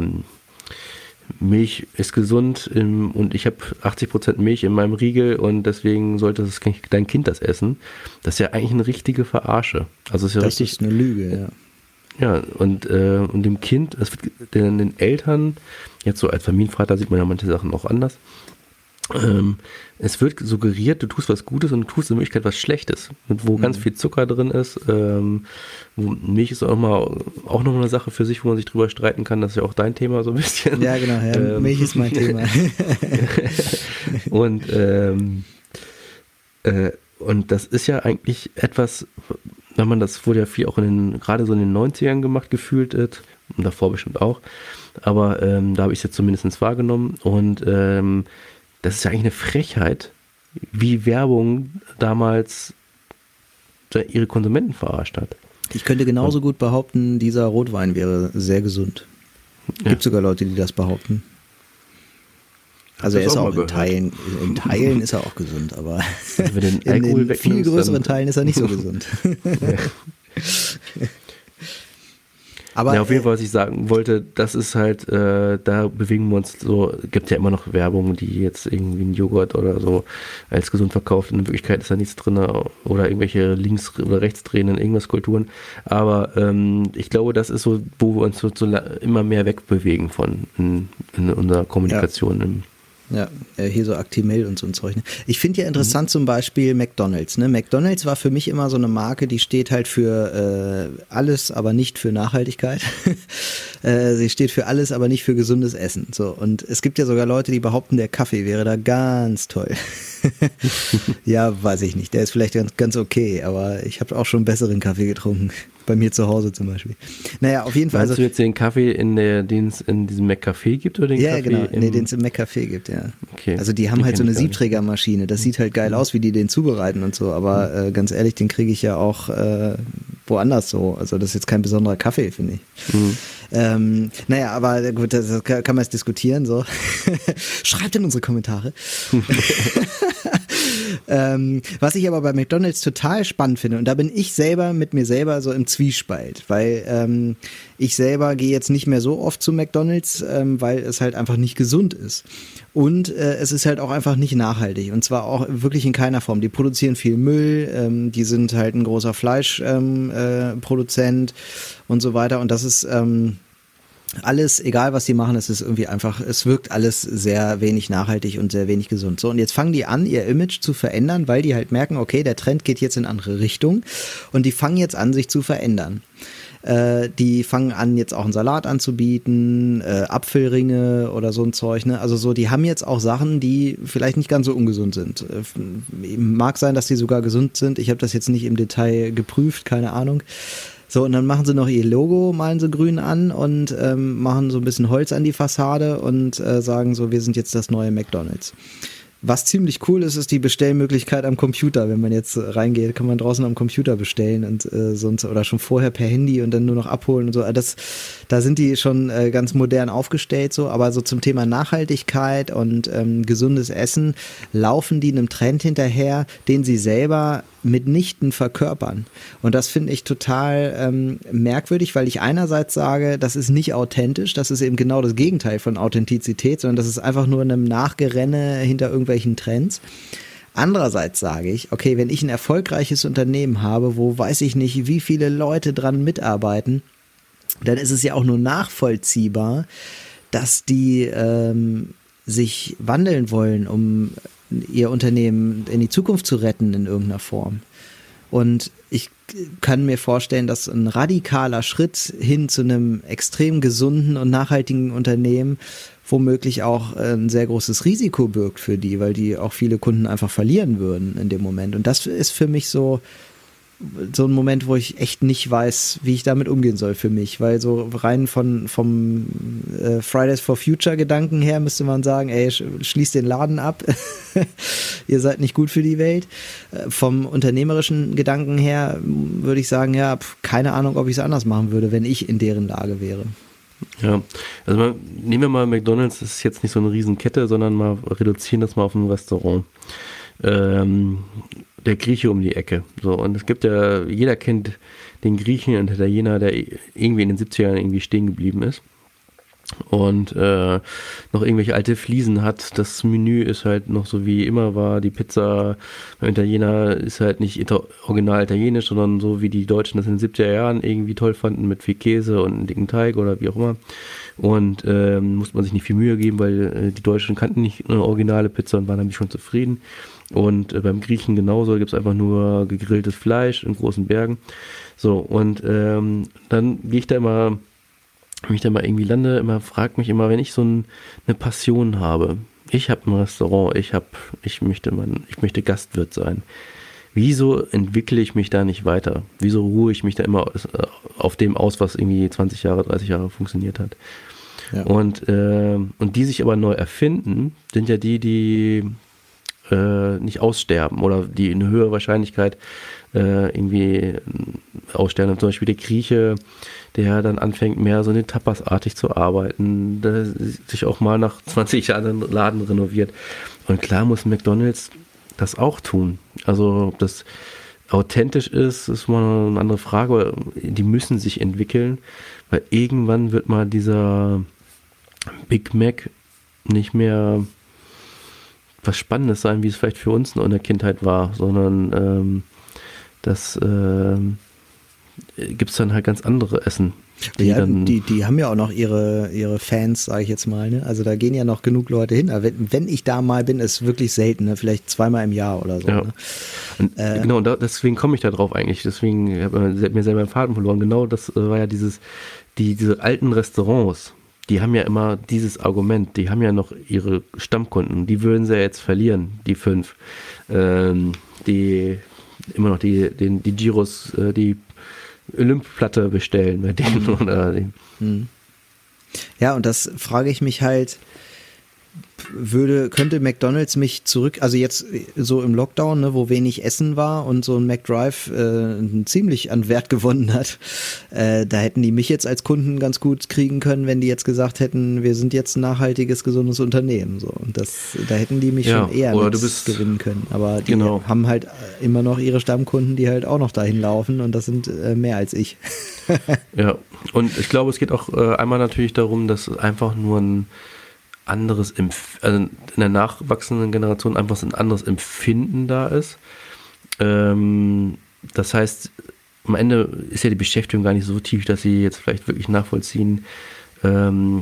Milch ist gesund im, und ich habe achtzig Prozent Milch in meinem Riegel und deswegen sollte das, dein Kind das essen. Das ist ja eigentlich eine richtige Verarsche. Also ist ja das richtig, ist eine Lüge, ja. Ja, und, äh, und dem Kind, das wird den, den Eltern, jetzt so als Familienvater sieht man ja manche Sachen auch anders, ähm, es wird suggeriert, du tust was Gutes und du tust in Wirklichkeit was Schlechtes, wo mhm. ganz viel Zucker drin ist. Ähm, wo Milch ist auch mal auch noch eine Sache für sich, wo man sich drüber streiten kann. Das ist ja auch dein Thema so ein bisschen. Ja, genau. Ja, ähm, Milch ist mein Thema. und ähm, äh, und das ist ja eigentlich etwas, wenn man das wurde ja viel auch in den, gerade so in den neunzigern gemacht gefühlt, und davor bestimmt auch. Aber ähm, da habe ich es jetzt zumindest wahrgenommen, und ähm, das ist ja eigentlich eine Frechheit, wie Werbung damals ihre Konsumenten verarscht hat. Ich könnte genauso gut behaupten, dieser Rotwein wäre sehr gesund. Es ja. gibt sogar Leute, die das behaupten. Also er ist auch, auch in Teilen, in Teilen ist er auch gesund, aber also den in den viel größeren Teilen ist er nicht so gesund. Ja. Aber ja, auf jeden Fall, was ich sagen wollte, das ist halt, äh, da bewegen wir uns so, gibt ja immer noch Werbung, die jetzt irgendwie einen Joghurt oder so als gesund verkauft, in Wirklichkeit ist da nichts drin, oder irgendwelche links- oder rechtsdrehenden irgendwas Kulturen, aber ähm, ich glaube, das ist so, wo wir uns so, so immer mehr wegbewegen von in, in unserer Kommunikation. Ja, hier so Actimel und so ein Zeug. Ne? Ich finde ja interessant mhm. zum Beispiel McDonald's. Ne? McDonald's war für mich immer so eine Marke, die steht halt für äh, alles, aber nicht für Nachhaltigkeit. äh, sie steht für alles, aber nicht für gesundes Essen. So, und es gibt ja sogar Leute, die behaupten, der Kaffee wäre da ganz toll. Ja, weiß ich nicht. Der ist vielleicht ganz, ganz okay, aber ich habe auch schon besseren Kaffee getrunken. Bei mir zu Hause zum Beispiel. Naja, auf jeden Fall. Meinst also, du jetzt den Kaffee, in der, den es in diesem McCafé gibt oder den ja, Kaffee? Ja, genau. Nee, den es im McCafé gibt, ja. Okay. Also die haben die halt so eine Siebträgermaschine. Das sieht halt geil aus, wie die den zubereiten und so. Aber mhm. äh, ganz ehrlich, den kriege ich ja auch äh, woanders so. Also das ist jetzt kein besonderer Kaffee, finde ich. Mhm. Ähm, naja, aber gut, das, das kann man jetzt diskutieren. So. Schreibt in unsere Kommentare. Ähm, was ich aber bei McDonald's total spannend finde, und da bin ich selber mit mir selber so im Zwiespalt, weil ähm, ich selber gehe jetzt nicht mehr so oft zu McDonald's, ähm, weil es halt einfach nicht gesund ist. Und äh, es ist halt auch einfach nicht nachhaltig, und zwar auch wirklich in keiner Form. Die produzieren viel Müll, ähm, die sind halt ein großer Fleischproduzent ähm, äh, und so weiter, und das ist ähm, alles, egal was die machen, es ist irgendwie einfach, es wirkt alles sehr wenig nachhaltig und sehr wenig gesund. So, und jetzt fangen die an, ihr Image zu verändern, weil die halt merken, okay, der Trend geht jetzt in andere Richtung, und die fangen jetzt an, sich zu verändern. Äh, die fangen an, jetzt auch einen Salat anzubieten, äh, Apfelringe oder so ein Zeug, ne? Also so, die haben jetzt auch Sachen, die vielleicht nicht ganz so ungesund sind. Äh, mag sein, dass die sogar gesund sind. Ich habe das jetzt nicht im Detail geprüft, keine Ahnung. So, und dann machen sie noch ihr Logo, malen sie grün an und ähm, machen so ein bisschen Holz an die Fassade und äh, sagen so, wir sind jetzt das neue McDonald's. Was ziemlich cool ist, ist die Bestellmöglichkeit am Computer. Wenn man jetzt reingeht, kann man draußen am Computer bestellen und äh, sonst, oder schon vorher per Handy und dann nur noch abholen und so. Das, da sind die schon äh, ganz modern aufgestellt, so. Aber so zum Thema Nachhaltigkeit und ähm, gesundes Essen laufen die einem Trend hinterher, den sie selber mitnichten verkörpern. Und das finde ich total ähm, merkwürdig, weil ich einerseits sage, das ist nicht authentisch, das ist eben genau das Gegenteil von Authentizität, sondern das ist einfach nur einem Nachgerenne hinter irgendwelchen Trends. Andererseits sage ich, okay, wenn ich ein erfolgreiches Unternehmen habe, wo weiß ich nicht, wie viele Leute dran mitarbeiten, dann ist es ja auch nur nachvollziehbar, dass die ähm, sich wandeln wollen, um ihr Unternehmen in die Zukunft zu retten in irgendeiner Form. Und ich kann mir vorstellen, dass ein radikaler Schritt hin zu einem extrem gesunden und nachhaltigen Unternehmen womöglich auch ein sehr großes Risiko birgt für die, weil die auch viele Kunden einfach verlieren würden in dem Moment. Und das ist für mich so so ein Moment, wo ich echt nicht weiß, wie ich damit umgehen soll für mich, weil so rein von vom äh, Fridays for Future Gedanken her müsste man sagen, ey, schließt den Laden ab, ihr seid nicht gut für die Welt. Äh, vom unternehmerischen Gedanken her würde ich sagen, ja, pf, keine Ahnung, ob ich es anders machen würde, wenn ich in deren Lage wäre. Ja, also mal, nehmen wir mal McDonald's, das ist jetzt nicht so eine Riesenkette, sondern mal reduzieren das mal auf ein Restaurant. Ähm, der Grieche um die Ecke. So, und es gibt ja, jeder kennt den Griechen und Italiener, der irgendwie in den siebzigern irgendwie stehen geblieben ist und äh, noch irgendwelche alte Fliesen hat. Das Menü ist halt noch so wie immer war. Die Pizza beim Italiener ist halt nicht ita- original italienisch, sondern so wie die Deutschen das in den siebziger Jahren irgendwie toll fanden mit viel Käse und einem dicken Teig oder wie auch immer. Und äh, muss man sich nicht viel Mühe geben, weil äh, die Deutschen kannten nicht eine originale Pizza und waren damit schon zufrieden. Und äh, beim Griechen genauso, gibt es einfach nur gegrilltes Fleisch in großen Bergen. So, und ähm, dann gehe ich da immer, wenn ich da mal irgendwie lande, immer frage mich immer, wenn ich so ein, eine Passion habe, ich habe ein Restaurant, ich habe, ich möchte man, ich möchte Gastwirt sein. Wieso entwickle ich mich da nicht weiter? Wieso ruhe ich mich da immer auf dem aus, was irgendwie zwanzig Jahre, dreißig Jahre funktioniert hat? Ja. Und, äh, und die sich aber neu erfinden, sind ja die, die äh, nicht aussterben oder die eine höhere Wahrscheinlichkeit äh, irgendwie aussterben. Zum Beispiel der Grieche, der dann anfängt, mehr so eine Tapas-artig zu arbeiten, der sich auch mal nach zwanzig Jahren den Laden renoviert. Und klar muss McDonald's das auch tun. Also ob das authentisch ist, ist mal eine andere Frage. Die müssen sich entwickeln, weil irgendwann wird mal dieser Big Mac nicht mehr was Spannendes sein, wie es vielleicht für uns in der Kindheit war, sondern ähm, das ähm, gibt es dann halt ganz andere Essen. Die, ja, dann die, die haben ja auch noch ihre, ihre Fans, sage ich jetzt mal. Ne? Also da gehen ja noch genug Leute hin. Aber wenn, wenn ich da mal bin, ist wirklich selten. Ne? Vielleicht zweimal im Jahr oder so. Ja. Ne? Und äh, genau, da, deswegen komme ich da drauf eigentlich. Deswegen habe ich mir selber den Faden verloren. Genau das äh, war ja dieses, die, diese alten Restaurants, die haben ja immer dieses Argument. Die haben ja noch ihre Stammkunden. Die würden sie ja jetzt verlieren, die fünf. Ähm, die immer noch die, den, die Gyros, äh, die Olymp-Platte bestellen bei denen mhm. oder den. Ja, und das frage ich mich halt, würde, könnte McDonald's mich zurück, also jetzt so im Lockdown, ne, wo wenig Essen war und so ein McDrive äh, ziemlich an Wert gewonnen hat, äh, da hätten die mich jetzt als Kunden ganz gut kriegen können, wenn die jetzt gesagt hätten, wir sind jetzt ein nachhaltiges, gesundes Unternehmen. So. Und das, da hätten die mich ja, schon eher mit bist, gewinnen können. Aber die genau. haben halt immer noch ihre Stammkunden, die halt auch noch dahin laufen und das sind äh, mehr als ich. Ja, und ich glaube, es geht auch äh, einmal natürlich darum, dass einfach nur ein anderes, Empf- also in der nachwachsenden Generation einfach ein anderes Empfinden da ist. Ähm, das heißt, am Ende ist ja die Beschäftigung gar nicht so tief, dass sie jetzt vielleicht wirklich nachvollziehen, ähm,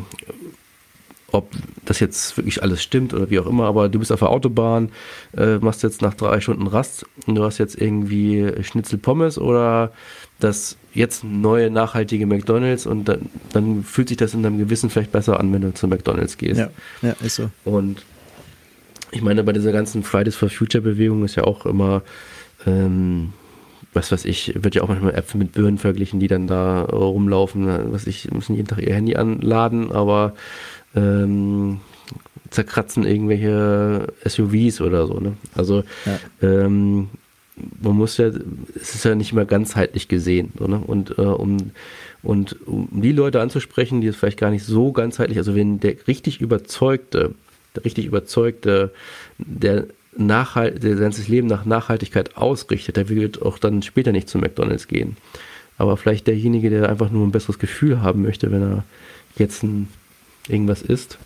ob das jetzt wirklich alles stimmt oder wie auch immer, aber du bist auf der Autobahn, äh, machst jetzt nach drei Stunden Rast und du hast jetzt irgendwie Schnitzel Pommes oder das jetzt neue nachhaltige McDonald's und dann, dann fühlt sich das in deinem Gewissen vielleicht besser an, wenn du zu McDonald's gehst. Ja, ja, ist so. Und ich meine, bei dieser ganzen Fridays for Future Bewegung ist ja auch immer, ähm, was weiß ich, wird ja auch manchmal Äpfel mit Birnen verglichen, die dann da rumlaufen, was ich, müssen jeden Tag ihr Handy anladen, aber ähm, zerkratzen irgendwelche S U Vs oder so, ne? Also ja. ähm, man muss ja, es ist ja nicht immer ganzheitlich gesehen, so, ne? Und äh, um und um die Leute anzusprechen, die es vielleicht gar nicht so ganzheitlich, also wenn der richtig überzeugte, der richtig überzeugte, der Nachhalt, der sein ganzes Leben nach Nachhaltigkeit ausrichtet, der wird auch dann später nicht zu McDonald's gehen. Aber vielleicht derjenige, der einfach nur ein besseres Gefühl haben möchte, wenn er jetzt ein, irgendwas isst,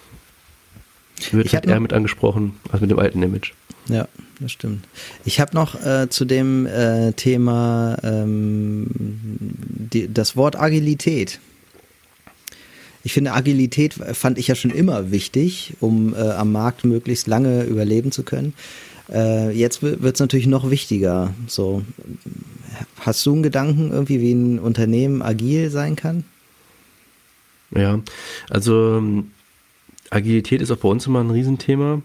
wird halt eher mit angesprochen als mit dem alten Image. Ja, das stimmt. Ich habe noch äh, zu dem äh, Thema ähm, die, das Wort Agilität. Ich finde, Agilität fand ich ja schon immer wichtig, um äh, am Markt möglichst lange überleben zu können. Äh, jetzt wird es natürlich noch wichtiger. So, hast du einen Gedanken irgendwie, wie ein Unternehmen agil sein kann? Ja, also Agilität ist auch bei uns immer ein Riesenthema.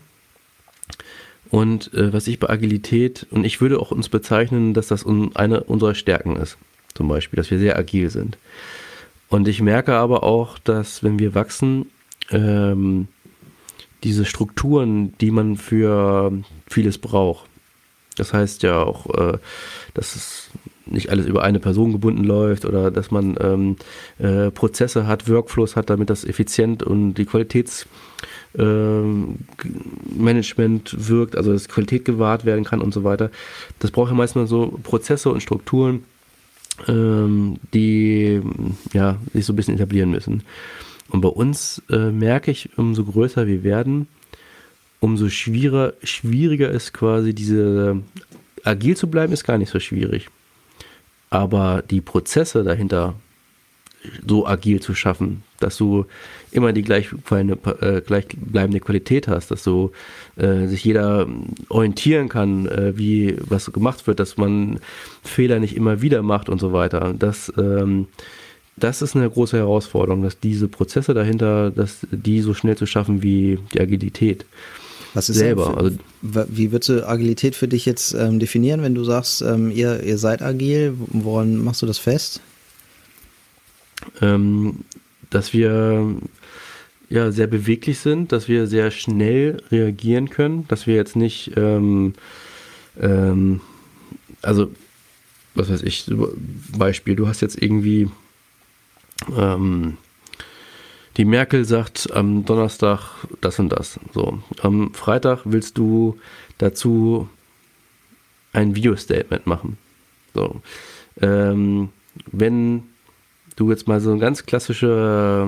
Und äh, was ich bei Agilität, und ich würde auch uns bezeichnen, dass das un, eine unserer Stärken ist, zum Beispiel, dass wir sehr agil sind. Und ich merke aber auch, dass wenn wir wachsen, ähm, diese Strukturen, die man für vieles braucht, das heißt ja auch, äh, dass es nicht alles über eine Person gebunden läuft oder dass man ähm, äh, Prozesse hat, Workflows hat, damit das effizient und die Qualitätsmanagement äh, wirkt, also dass Qualität gewahrt werden kann und so weiter. Das braucht ja meistens so Prozesse und Strukturen, ähm, die ja, sich so ein bisschen etablieren müssen. Und bei uns äh, merke ich, umso größer wir werden, umso schwieriger, schwieriger ist quasi diese, agil zu bleiben, ist gar nicht so schwierig. Aber die Prozesse dahinter so agil zu schaffen, dass du immer die gleichbleibende, äh, gleichbleibende Qualität hast, dass so äh, sich jeder orientieren kann, äh, wie was gemacht wird, dass man Fehler nicht immer wieder macht und so weiter. Das, ähm, das ist eine große Herausforderung, dass diese Prozesse dahinter, dass die so schnell zu schaffen wie die Agilität. Was ist selber. Für, also, wie würdest du Agilität für dich jetzt ähm, definieren, wenn du sagst, ähm, ihr, ihr seid agil? Woran machst du das fest? Ähm, dass wir ja sehr beweglich sind, dass wir sehr schnell reagieren können, dass wir jetzt nicht, ähm, ähm, also was weiß ich, Beispiel, du hast jetzt irgendwie ähm, die Merkel sagt am Donnerstag das und das. So, am Freitag willst du dazu ein Video-Statement machen. So, ähm, wenn du jetzt mal so eine ganz klassische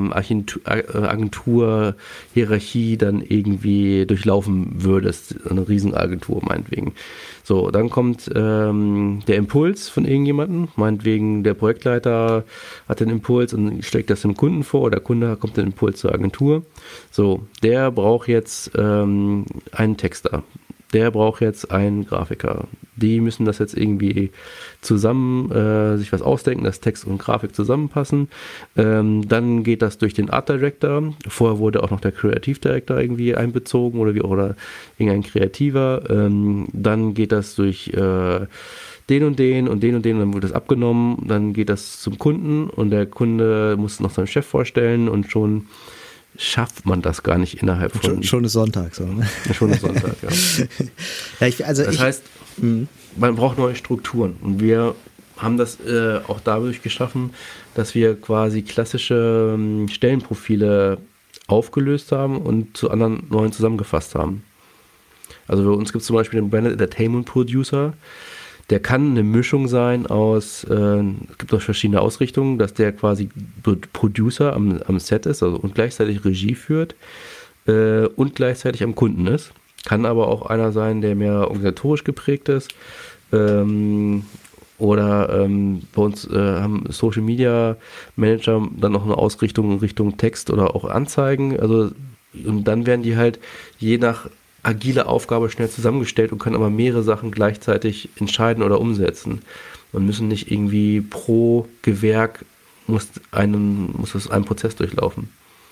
Agentur-Hierarchie dann irgendwie durchlaufen würdest, eine Riesenagentur meinetwegen. So, dann kommt ähm, der Impuls von irgendjemandem, meinetwegen der Projektleiter hat den Impuls und schlägt das dem Kunden vor, oder der Kunde kommt den Impuls zur Agentur. So, der braucht jetzt ähm, einen Texter. Der braucht jetzt einen Grafiker. Die müssen das jetzt irgendwie zusammen äh, sich was ausdenken, dass Text und Grafik zusammenpassen. Ähm, dann geht das durch den Art Director. Vorher wurde auch noch der Creative Director irgendwie einbezogen oder wie auch oder irgendein Kreativer. Ähm, dann geht das durch äh, den und den und den und den und dann wird das abgenommen. Dann geht das zum Kunden und der Kunde muss noch seinen Chef vorstellen und schon schafft man das gar nicht innerhalb von... Schon, schon ist Sonntag, so, ne? Schon ist Sonntag, ja. ja ich, also das ich, heißt, mh. man braucht neue Strukturen und wir haben das äh, auch dadurch geschaffen, dass wir quasi klassische ähm, Stellenprofile aufgelöst haben und zu anderen neuen zusammengefasst haben. Also bei uns gibt es zum Beispiel den Branded Entertainment Producer. Der kann eine Mischung sein aus, äh, es gibt auch verschiedene Ausrichtungen, dass der quasi Producer am, am Set ist, also und gleichzeitig Regie führt äh, und gleichzeitig am Kunden ist. Kann aber auch einer sein, der mehr organisatorisch geprägt ist. Ähm, oder ähm, bei uns äh, haben Social Media Manager dann noch eine Ausrichtung in Richtung Text oder auch Anzeigen. Also und dann werden die halt je nach agile Aufgabe schnell zusammengestellt und können aber mehrere Sachen gleichzeitig entscheiden oder umsetzen und müssen nicht irgendwie pro Gewerk muss einen muss das einen Prozess durchlaufen.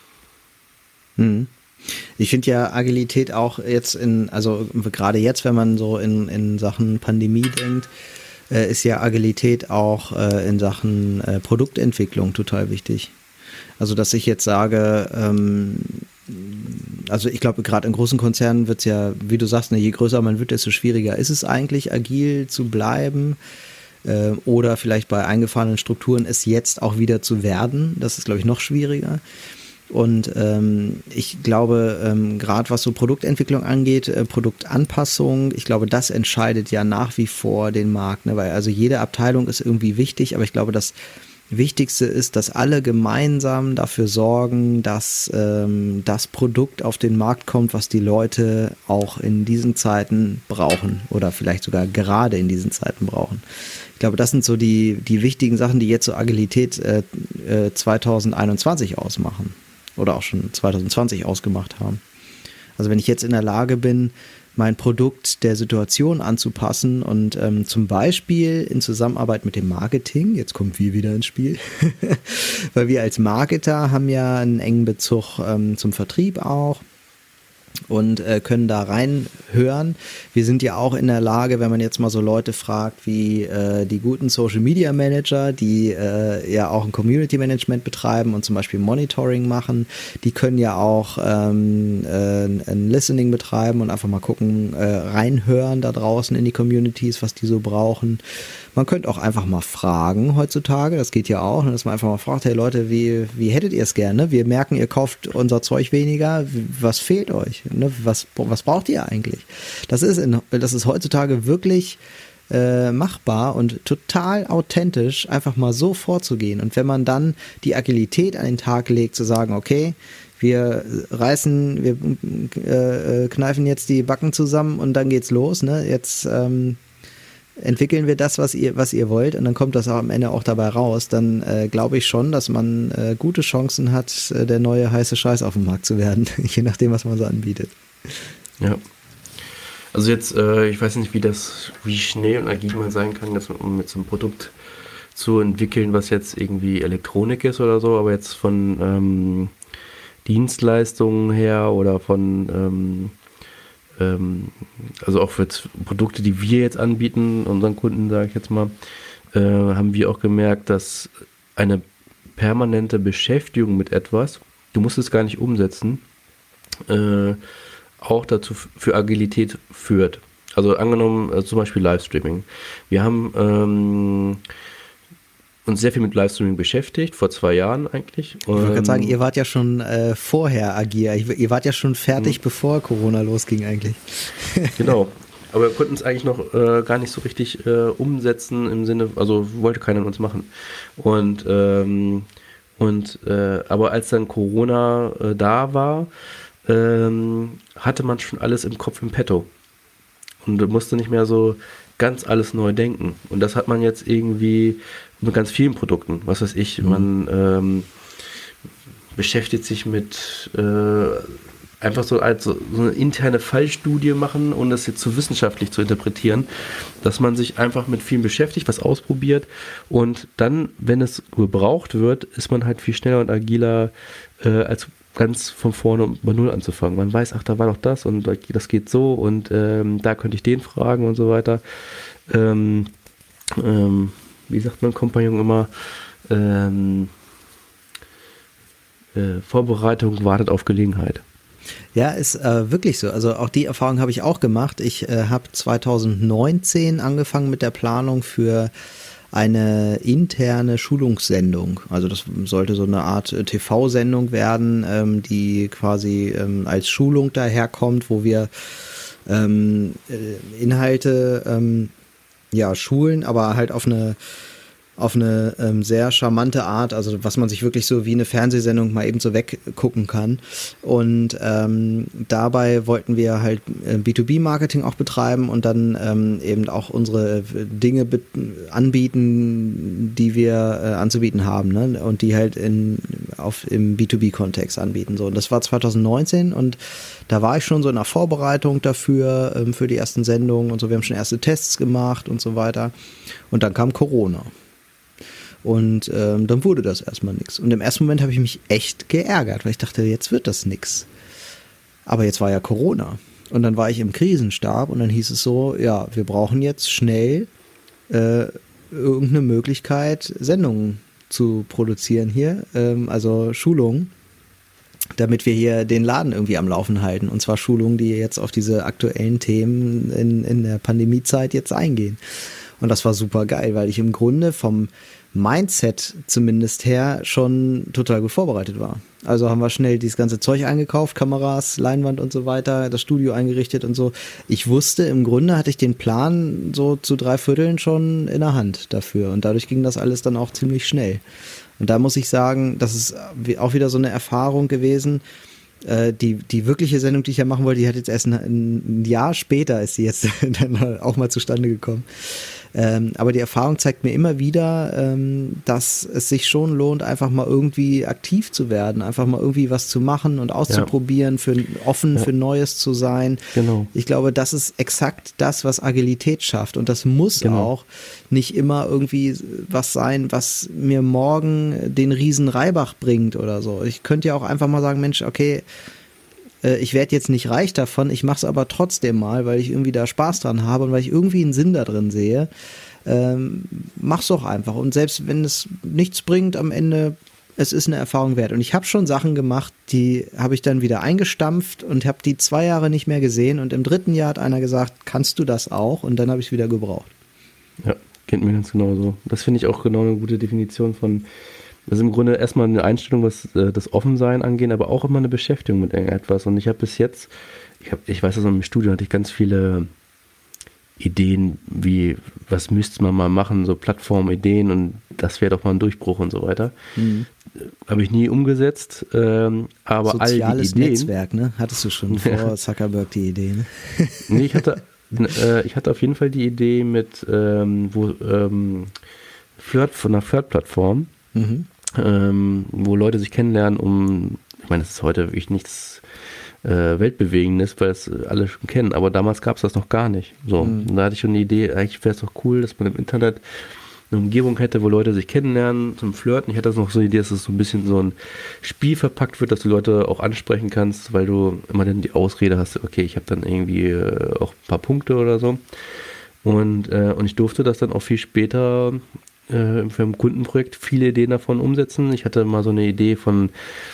Hm. Ich finde ja Agilität auch jetzt in, also gerade jetzt, wenn man so in, in Sachen Pandemie denkt, äh, ist ja Agilität auch äh, in Sachen äh, Produktentwicklung total wichtig. Also dass ich jetzt sage, ähm, also ich glaube, gerade in großen Konzernen wird es ja, wie du sagst, ne, je größer man wird, desto schwieriger ist es eigentlich, agil zu bleiben äh, oder vielleicht bei eingefahrenen Strukturen es jetzt auch wieder zu werden. Das ist, glaube ich, noch schwieriger. Und ähm, ich glaube, ähm, gerade was so Produktentwicklung angeht, äh, Produktanpassung, ich glaube, das entscheidet ja nach wie vor den Markt, ne? Weil also jede Abteilung ist irgendwie wichtig, aber ich glaube, das Wichtigste ist, dass alle gemeinsam dafür sorgen, dass ähm, das Produkt auf den Markt kommt, was die Leute auch in diesen Zeiten brauchen oder vielleicht sogar gerade in diesen Zeiten brauchen. Ich glaube, das sind so die, die wichtigen Sachen, die jetzt so Agilität äh, äh, zwanzig einundzwanzig ausmachen oder auch schon zwanzig zwanzig ausgemacht haben. Also wenn ich jetzt in der Lage bin, mein Produkt der Situation anzupassen und ähm, zum Beispiel in Zusammenarbeit mit dem Marketing, jetzt kommt wir wieder ins Spiel, weil wir als Marketer haben ja einen engen Bezug ähm, zum Vertrieb auch und äh, können da reinhören. Wir sind ja auch in der Lage, wenn man jetzt mal so Leute fragt wie äh, die guten Social Media Manager, die äh, ja auch ein Community Management betreiben und zum Beispiel Monitoring machen, die können ja auch ähm, äh, ein Listening betreiben und einfach mal gucken, äh, reinhören da draußen in die Communities, was die so brauchen. Man könnte auch einfach mal fragen heutzutage, das geht ja auch, dass man einfach mal fragt, hey Leute, wie, wie hättet ihr es gerne? Wir merken, ihr kauft unser Zeug weniger, was fehlt euch? Ne? Was, was braucht ihr eigentlich? Das ist, in, das ist heutzutage wirklich äh, machbar und total authentisch, einfach mal so vorzugehen. Und wenn man dann die Agilität an den Tag legt, zu sagen, okay, wir reißen, wir äh, kneifen jetzt die Backen zusammen und dann geht's los, ne? Jetzt ähm, entwickeln wir das, was ihr, was ihr wollt und dann kommt das auch am Ende auch dabei raus, dann äh, glaube ich schon, dass man äh, gute Chancen hat, äh, der neue heiße Scheiß auf dem Markt zu werden, je nachdem, was man so anbietet. Ja. Also jetzt, äh, ich weiß nicht, wie das, wie schnell und agil man sein kann, dass man, um mit so einem Produkt zu entwickeln, was jetzt irgendwie Elektronik ist oder so, aber jetzt von ähm, Dienstleistungen her oder von ähm, also auch für Produkte, die wir jetzt anbieten, unseren Kunden, sage ich jetzt mal, äh, haben wir auch gemerkt, dass eine permanente Beschäftigung mit etwas, du musst es gar nicht umsetzen, äh, auch dazu für Agilität führt. Also angenommen, also zum Beispiel Livestreaming. Wir haben ähm, uns sehr viel mit Livestreaming beschäftigt, vor zwei Jahren eigentlich. Ich wollte gerade sagen, ihr wart ja schon äh, vorher agil, ihr wart ja schon fertig, mhm. bevor Corona losging eigentlich. Genau. Aber wir konnten es eigentlich noch äh, gar nicht so richtig äh, umsetzen im Sinne, also wollte keiner von uns machen. Und, ähm, und äh, aber als dann Corona äh, da war, ähm, hatte man schon alles im Kopf im Petto. Und musste nicht mehr so ganz alles neu denken. Und das hat man jetzt irgendwie mit ganz vielen Produkten. Was weiß ich, mhm. man ähm, beschäftigt sich mit äh, einfach so, als so eine interne Fallstudie machen, um das jetzt so wissenschaftlich zu interpretieren, dass man sich einfach mit vielen beschäftigt, was ausprobiert und dann, wenn es gebraucht wird, ist man halt viel schneller und agiler, äh, als ganz von vorne bei Null anzufangen. Man weiß, ach, da war doch das und das geht so und ähm, da könnte ich den fragen und so weiter. Ähm, ähm, wie sagt mein Kompagnon immer, ähm, äh, Vorbereitung wartet auf Gelegenheit. Ja, ist äh, wirklich so. Also auch die Erfahrung habe ich auch gemacht. Ich äh, habe zwanzig neunzehn angefangen mit der Planung für eine interne Schulungssendung. Also das sollte so eine Art äh, T V-Sendung werden, ähm, die quasi ähm, als Schulung daherkommt, wo wir ähm, äh, Inhalte ähm, ja schulen, aber halt auf eine auf eine ähm, sehr charmante Art, also was man sich wirklich so wie eine Fernsehsendung mal eben so weggucken kann. Und ähm, dabei wollten wir halt äh, B zwei B-Marketing auch betreiben und dann ähm, eben auch unsere Dinge be- anbieten, die wir äh, anzubieten haben, ne? Und die halt in, auf, im B zwei B-Kontext anbieten. So. Und das war zwanzig neunzehn und da war ich schon so in der Vorbereitung dafür, ähm, für die ersten Sendungen und so. Wir haben schon erste Tests gemacht und so weiter. Und dann kam Corona. Und ähm, dann wurde das erstmal nichts. Und im ersten Moment habe ich mich echt geärgert, weil ich dachte, jetzt wird das nix. Aber jetzt war ja Corona. Und dann war ich im Krisenstab und dann hieß es so, ja, wir brauchen jetzt schnell äh, irgendeine Möglichkeit, Sendungen zu produzieren hier, ähm, also Schulungen, damit wir hier den Laden irgendwie am Laufen halten. Und zwar Schulungen, die jetzt auf diese aktuellen Themen in, in der Pandemiezeit jetzt eingehen. Und das war super geil, weil ich im Grunde vom Mindset zumindest her schon total gut vorbereitet war. Also haben wir schnell dieses ganze Zeug eingekauft, Kameras, Leinwand und so weiter, das Studio eingerichtet und so. Ich wusste, im Grunde hatte ich den Plan so zu drei Vierteln schon in der Hand dafür und dadurch ging das alles dann auch ziemlich schnell. Und da muss ich sagen, das ist auch wieder so eine Erfahrung gewesen. Die, die wirkliche Sendung, die ich ja machen wollte, die hat jetzt erst ein, ein Jahr später, ist sie jetzt dann auch mal zustande gekommen. Ähm, aber die Erfahrung zeigt mir immer wieder, ähm, dass es sich schon lohnt, einfach mal irgendwie aktiv zu werden, einfach mal irgendwie was zu machen und auszuprobieren, ja. für, offen ja. für Neues zu sein. Genau. Ich glaube, das ist exakt das, was Agilität schafft. Und das muss genau. auch nicht immer irgendwie was sein, was mir morgen den riesen Reibach bringt oder so. Ich könnte ja auch einfach mal sagen, Mensch, okay, ich werde jetzt nicht reich davon, ich mache es aber trotzdem mal, weil ich irgendwie da Spaß dran habe und weil ich irgendwie einen Sinn da drin sehe. Ähm, mach's doch einfach. Und selbst wenn es nichts bringt am Ende, es ist eine Erfahrung wert. Und ich habe schon Sachen gemacht, die habe ich dann wieder eingestampft und habe die zwei Jahre nicht mehr gesehen. Und im dritten Jahr hat einer gesagt, kannst du das auch? Und dann habe ich es wieder gebraucht. Ja, kennt mir ganz genauso. Das finde ich auch genau eine gute Definition von. Das ist im Grunde erstmal eine Einstellung, was äh, das Offensein angeht, aber auch immer eine Beschäftigung mit irgendetwas. Und ich habe bis jetzt, ich, hab, ich weiß, dass im Studio hatte ich ganz viele Ideen, wie, was müsste man mal machen, so Plattformideen und das wäre doch mal ein Durchbruch und so weiter. Mhm. Habe ich nie umgesetzt, ähm, aber Soziales all die Ideen. Netzwerk, ne? Hattest du schon vor ja. Zuckerberg die Idee, ne? Nee, ich hatte, äh, ich hatte auf jeden Fall die Idee mit, ähm, wo, ähm, Flirt, von einer Flirt-Plattform. Mhm. Ähm, wo Leute sich kennenlernen, um, ich meine, das ist heute wirklich nichts äh, Weltbewegendes, weil es alle schon kennen, aber damals gab es das noch gar nicht. So, mhm. und da hatte ich schon die Idee, eigentlich wäre es doch cool, dass man im Internet eine Umgebung hätte, wo Leute sich kennenlernen zum Flirten. Ich hatte das noch so eine Idee, dass es so ein bisschen so ein Spiel verpackt wird, dass du Leute auch ansprechen kannst, weil du immer dann die Ausrede hast, okay, ich habe dann irgendwie äh, auch ein paar Punkte oder so. Und, äh, und ich durfte das dann auch viel später für ein Kundenprojekt viele Ideen davon umsetzen. Ich hatte mal so eine Idee von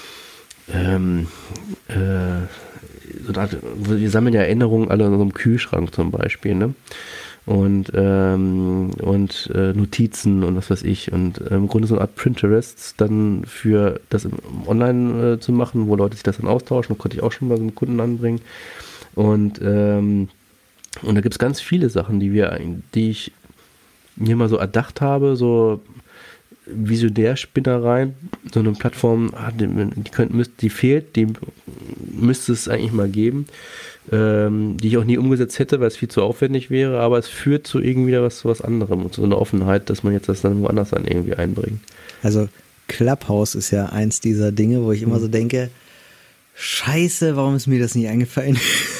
ähm, äh, so eine Art, wir sammeln ja Erinnerungen alle in unserem Kühlschrank zum Beispiel, ne? Und ähm, und äh, Notizen und was weiß ich und äh, im Grunde so eine Art Pinterest dann für das im, online äh, zu machen, wo Leute sich das dann austauschen, das konnte ich auch schon mal so einem Kunden anbringen und ähm, Und da gibt es ganz viele Sachen, die wir, die ich mir mal so erdacht habe, so Visionärspinnereien, so eine Plattform, die, könnte, die fehlt, die müsste es eigentlich mal geben, ähm, die ich auch nie umgesetzt hätte, weil es viel zu aufwendig wäre, aber es führt zu irgendwie was, was anderem, zu so einer Offenheit, dass man jetzt das dann woanders dann irgendwie einbringt. Also Clubhouse ist ja eins dieser Dinge, wo ich immer so denke, Scheiße, warum ist mir das nicht eingefallen?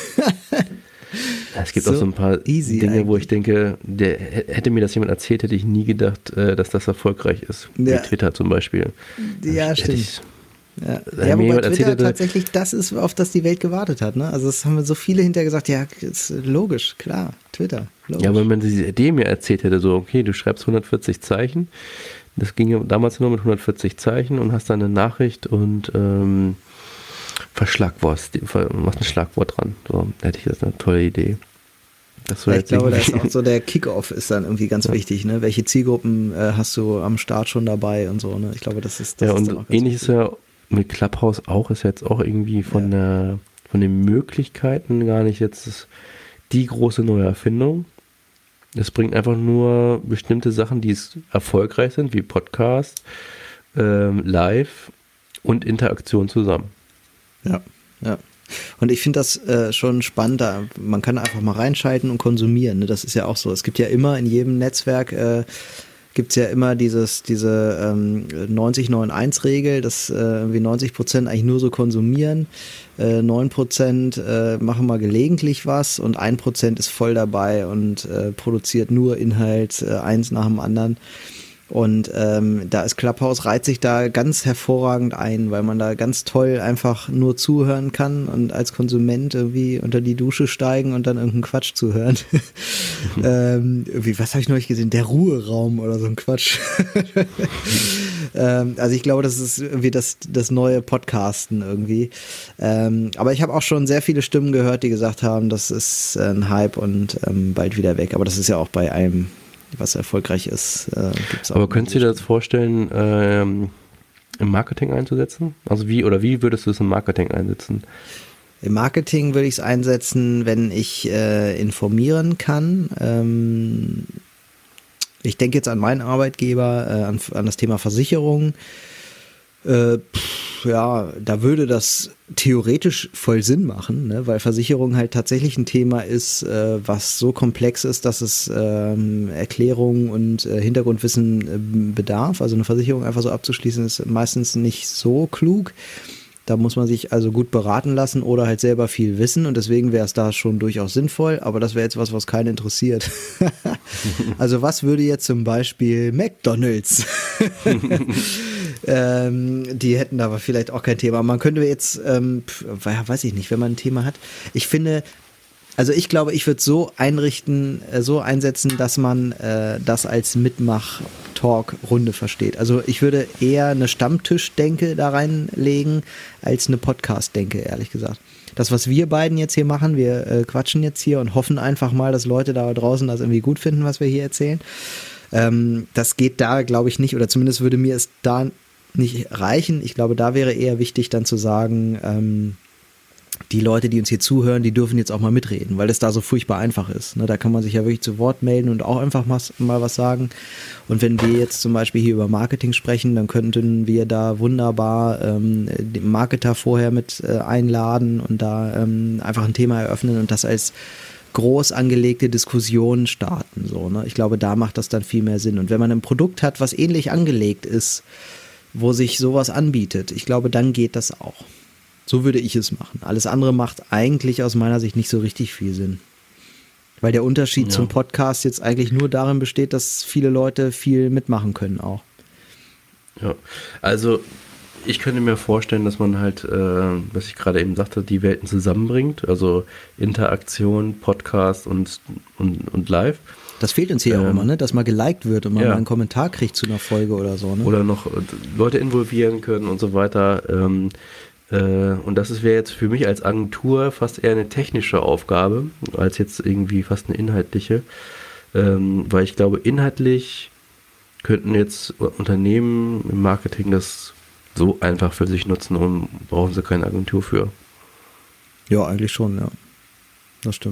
Es gibt so auch so ein paar Dinge, eigentlich. Wo ich denke, der, hätte mir das jemand erzählt, hätte ich nie gedacht, dass das erfolgreich ist. Ja. Wie Twitter zum Beispiel. Ja, stimmt. Ich, ja, ja wobei Twitter hätte, tatsächlich das ist, auf das die Welt gewartet hat. Ne? Also das haben wir so viele hinterher gesagt, ja, ist logisch, klar, Twitter, logisch. Ja, aber wenn man diese Idee mir erzählt hätte, so, okay, du schreibst hundertvierzig Zeichen, das ging ja damals nur mit hundertvierzig Zeichen und hast dann eine Nachricht und ähm, verschlagwortst, machst ein Schlagwort dran. So, da hätte ich das eine tolle Idee. Das ich glaube, da ist auch so der Kickoff ist dann irgendwie ganz ja. wichtig, ne? Welche Zielgruppen äh, hast du am Start schon dabei und so, ne? Ich glaube, das ist das ja, ist und ähnlich ist ja mit Clubhouse auch, ist jetzt auch irgendwie von ja. der von den Möglichkeiten gar nicht jetzt die große neue Erfindung. Es bringt einfach nur bestimmte Sachen, die erfolgreich sind, wie Podcast, ähm, Live und Interaktion zusammen. Ja, ja. Und ich finde das äh, schon spannend, da, man kann einfach mal reinschalten und konsumieren, ne? Das ist ja auch so. Es gibt ja immer in jedem Netzwerk, äh, gibt es ja immer dieses, diese ähm, neunzig neun eins Regel, dass äh, irgendwie neunzig Prozent eigentlich nur so konsumieren, äh, neun Prozent äh, machen mal gelegentlich was und ein Prozent ist voll dabei und äh, produziert nur Inhalt, äh, eins nach dem anderen. Und ähm, da ist Clubhouse, reiht sich da ganz hervorragend ein, weil man da ganz toll einfach nur zuhören kann und als Konsument irgendwie unter die Dusche steigen und dann irgendeinen Quatsch zuhören. Mhm. ähm, irgendwie, was habe ich neulich gesehen? Der Ruheraum oder so ein Quatsch. ähm, also ich glaube, das ist irgendwie das, das neue Podcasten irgendwie. Ähm, aber ich habe auch schon sehr viele Stimmen gehört, die gesagt haben, das ist ein Hype und ähm, bald wieder weg. Aber das ist ja auch bei einem, was erfolgreich ist. Äh, gibt's auch. Aber könntest du dir das vorstellen, ähm, im Marketing einzusetzen? Also wie oder wie würdest du es im Marketing einsetzen? Im Marketing würde ich es einsetzen, wenn ich äh, informieren kann. Ähm, ich denke jetzt an meinen Arbeitgeber, äh, an, an das Thema Versicherung. Äh, pff, ja, da würde das theoretisch voll Sinn machen, ne? Weil Versicherung halt tatsächlich ein Thema ist, äh, was so komplex ist, dass es ähm, Erklärung und äh, Hintergrundwissen äh, bedarf. Also eine Versicherung einfach so abzuschließen ist meistens nicht so klug. Da muss man sich also gut beraten lassen oder halt selber viel wissen und deswegen wäre es da schon durchaus sinnvoll, aber das wäre jetzt was, was keinen interessiert. Also was würde jetzt zum Beispiel McDonald's? ähm, die hätten da aber vielleicht auch kein Thema. Man könnte jetzt, ähm, weiß ich nicht, wenn man ein Thema hat. Ich finde, also ich glaube, ich würde so einrichten, äh, so einsetzen, dass man äh, das als Mitmach-Talk-Runde versteht. Also ich würde eher eine Stammtisch-Denke da reinlegen, als eine Podcast-Denke, ehrlich gesagt. Das, was wir beiden jetzt hier machen, wir äh, quatschen jetzt hier und hoffen einfach mal, dass Leute da draußen das irgendwie gut finden, was wir hier erzählen. Ähm, das geht da, glaube ich, nicht, oder zumindest würde mir es da nicht reichen. Ich glaube, da wäre eher wichtig, dann zu sagen, ähm, die Leute, die uns hier zuhören, die dürfen jetzt auch mal mitreden, weil es da so furchtbar einfach ist. Ne, da kann man sich ja wirklich zu Wort melden und auch einfach mal, mal was sagen. Und wenn wir jetzt zum Beispiel hier über Marketing sprechen, dann könnten wir da wunderbar ähm, den Marketer vorher mit äh, einladen und da ähm, einfach ein Thema eröffnen und das als groß angelegte Diskussion starten. So, ne? Ich glaube, da macht das dann viel mehr Sinn. Und wenn man ein Produkt hat, was ähnlich angelegt ist, wo sich sowas anbietet, ich glaube, dann geht das auch. So würde ich es machen. Alles andere macht eigentlich aus meiner Sicht nicht so richtig viel Sinn. Weil der Unterschied ja. zum Podcast jetzt eigentlich nur darin besteht, dass viele Leute viel mitmachen können auch. Ja, also ich könnte mir vorstellen, dass man halt, äh, was ich gerade eben sagte, die Welten zusammenbringt. Also Interaktion, Podcast und, und, und Live. Das fehlt uns hier ähm, auch immer, ne? Dass mal geliked wird und man ja. mal einen Kommentar kriegt zu einer Folge oder so. Ne? Oder noch Leute involvieren können und so weiter. Ähm, Und das wäre jetzt für mich als Agentur fast eher eine technische Aufgabe, als jetzt irgendwie fast eine inhaltliche. Ähm, weil ich glaube, inhaltlich könnten jetzt Unternehmen im Marketing das so einfach für sich nutzen und brauchen sie keine Agentur für. Ja, eigentlich schon, ja. Das stimmt.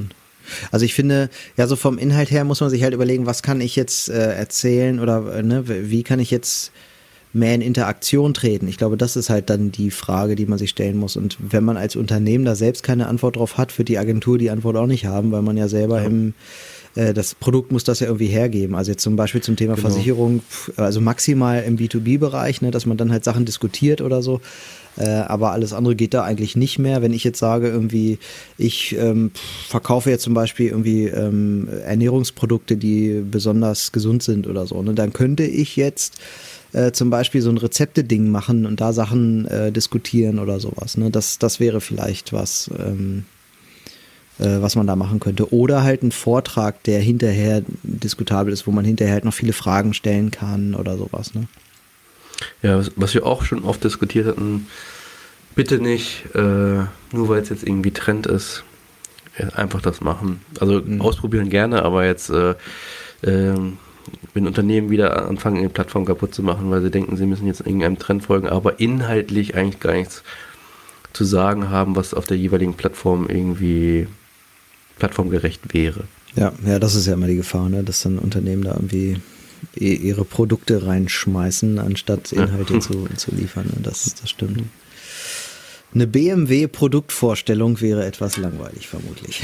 Also ich finde, ja, so vom Inhalt her muss man sich halt überlegen, was kann ich jetzt äh, erzählen oder äh, ne, wie kann ich jetzt mehr in Interaktion treten? Ich glaube, das ist halt dann die Frage, die man sich stellen muss. Und wenn man als Unternehmen da selbst keine Antwort drauf hat, wird die Agentur die Antwort auch nicht haben, weil man ja selber ja. im äh, das Produkt muss das ja irgendwie hergeben. Also jetzt zum Beispiel zum Thema genau. Versicherung, also maximal im B zwei B-Bereich, ne, dass man dann halt Sachen diskutiert oder so. Äh, aber alles andere geht da eigentlich nicht mehr. Wenn ich jetzt sage, irgendwie, ich ähm, verkaufe jetzt zum Beispiel irgendwie ähm, Ernährungsprodukte, die besonders gesund sind oder so, ne, dann könnte ich jetzt äh, zum Beispiel so ein Rezepte-Ding machen und da Sachen äh, diskutieren oder sowas. Ne? Das, das wäre vielleicht was, ähm, äh, was man da machen könnte. Oder halt ein Vortrag, der hinterher diskutabel ist, wo man hinterher halt noch viele Fragen stellen kann oder sowas, ne? Ja, was, was wir auch schon oft diskutiert hatten, bitte nicht, äh, nur weil es jetzt irgendwie Trend ist, ja, einfach das machen. Also mhm. ausprobieren gerne, aber jetzt äh, äh, wenn Unternehmen wieder anfangen, ihre Plattform kaputt zu machen, weil sie denken, sie müssen jetzt irgendeinem Trend folgen, aber inhaltlich eigentlich gar nichts zu sagen haben, was auf der jeweiligen Plattform irgendwie plattformgerecht wäre. Ja, ja, das ist ja immer die Gefahr, ne? Dass dann Unternehmen da irgendwie ihre Produkte reinschmeißen, anstatt Inhalte ja. zu, zu liefern. Das, das stimmt. Eine B M W-Produktvorstellung wäre etwas langweilig, vermutlich.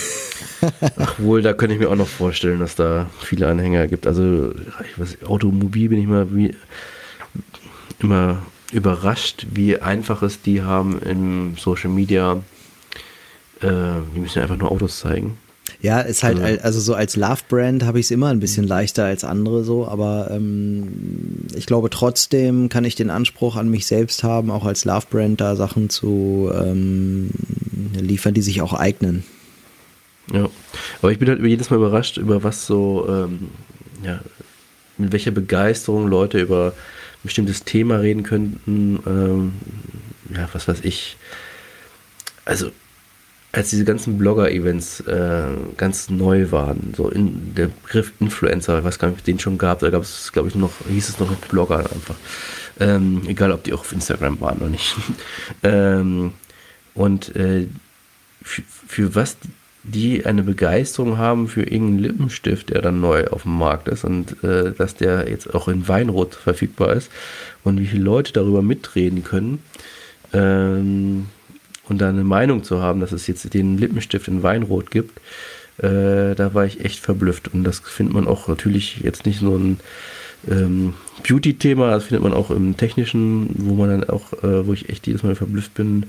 Ach wohl, da könnte ich mir auch noch vorstellen, dass da viele Anhänger gibt. Also, ich weiß, Automobil bin ich mal wie, immer überrascht, wie einfach es die haben im Social Media. Äh, die müssen ja einfach nur Autos zeigen. Ja, ist halt, also, also so als Love-Brand habe ich es immer ein bisschen leichter als andere so, aber ähm, ich glaube trotzdem kann ich den Anspruch an mich selbst haben, auch als Love-Brand da Sachen zu ähm, liefern, die sich auch eignen. Ja, aber ich bin halt jedes Mal überrascht, über was so, ähm, ja, mit welcher Begeisterung Leute über ein bestimmtes Thema reden könnten, ähm, ja, was weiß ich, also als diese ganzen Blogger-Events äh, ganz neu waren, so in der Begriff Influencer, ich weiß gar nicht, ob es den schon gab, da gab es, glaube ich, noch, hieß es noch Blogger einfach. Ähm, egal, ob die auch auf Instagram waren oder nicht. ähm, und äh, für, für was die eine Begeisterung haben für irgendeinen Lippenstift, der dann neu auf dem Markt ist und äh, dass der jetzt auch in Weinrot verfügbar ist und wie viele Leute darüber mitreden können, ähm, und da eine Meinung zu haben, dass es jetzt den Lippenstift in Weinrot gibt, äh, da war ich echt verblüfft. Und das findet man auch natürlich jetzt nicht nur ein ähm, Beauty-Thema, das findet man auch im Technischen, wo man dann auch, äh, wo ich echt jedes Mal verblüfft bin.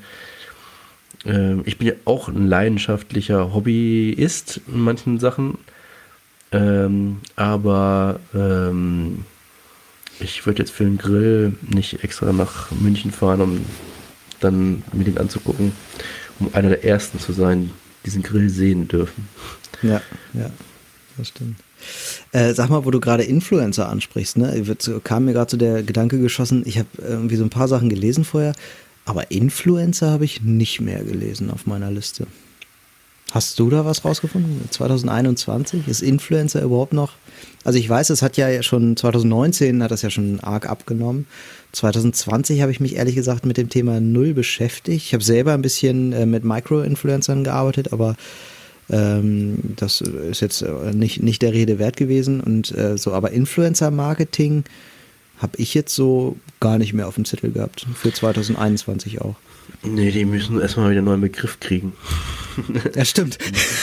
Äh, ich bin ja auch ein leidenschaftlicher Hobbyist in manchen Sachen, ähm, aber ähm, ich würde jetzt für einen Grill nicht extra nach München fahren, um dann mir den anzugucken, um einer der Ersten zu sein, diesen Grill sehen dürfen. Ja, ja, das stimmt. Äh, sag mal, wo du gerade Influencer ansprichst, ne? Kam mir gerade so der Gedanke geschossen, ich habe irgendwie so ein paar Sachen gelesen vorher, aber Influencer habe ich nicht mehr gelesen auf meiner Liste. Hast du da was rausgefunden? zwanzig einundzwanzig? Ist Influencer überhaupt noch? Also ich weiß, es hat ja schon zwanzig neunzehn hat das ja schon arg abgenommen. zwanzig zwanzig habe ich mich ehrlich gesagt mit dem Thema null beschäftigt. Ich habe selber ein bisschen äh, mit Micro-Influencern gearbeitet, aber ähm, das ist jetzt nicht, nicht der Rede wert gewesen. Und äh, so, aber Influencer-Marketing habe ich jetzt so gar nicht mehr auf dem Zettel gehabt. Für zwanzig einundzwanzig auch. Nee, die müssen erstmal wieder einen neuen Begriff kriegen. Ja, stimmt.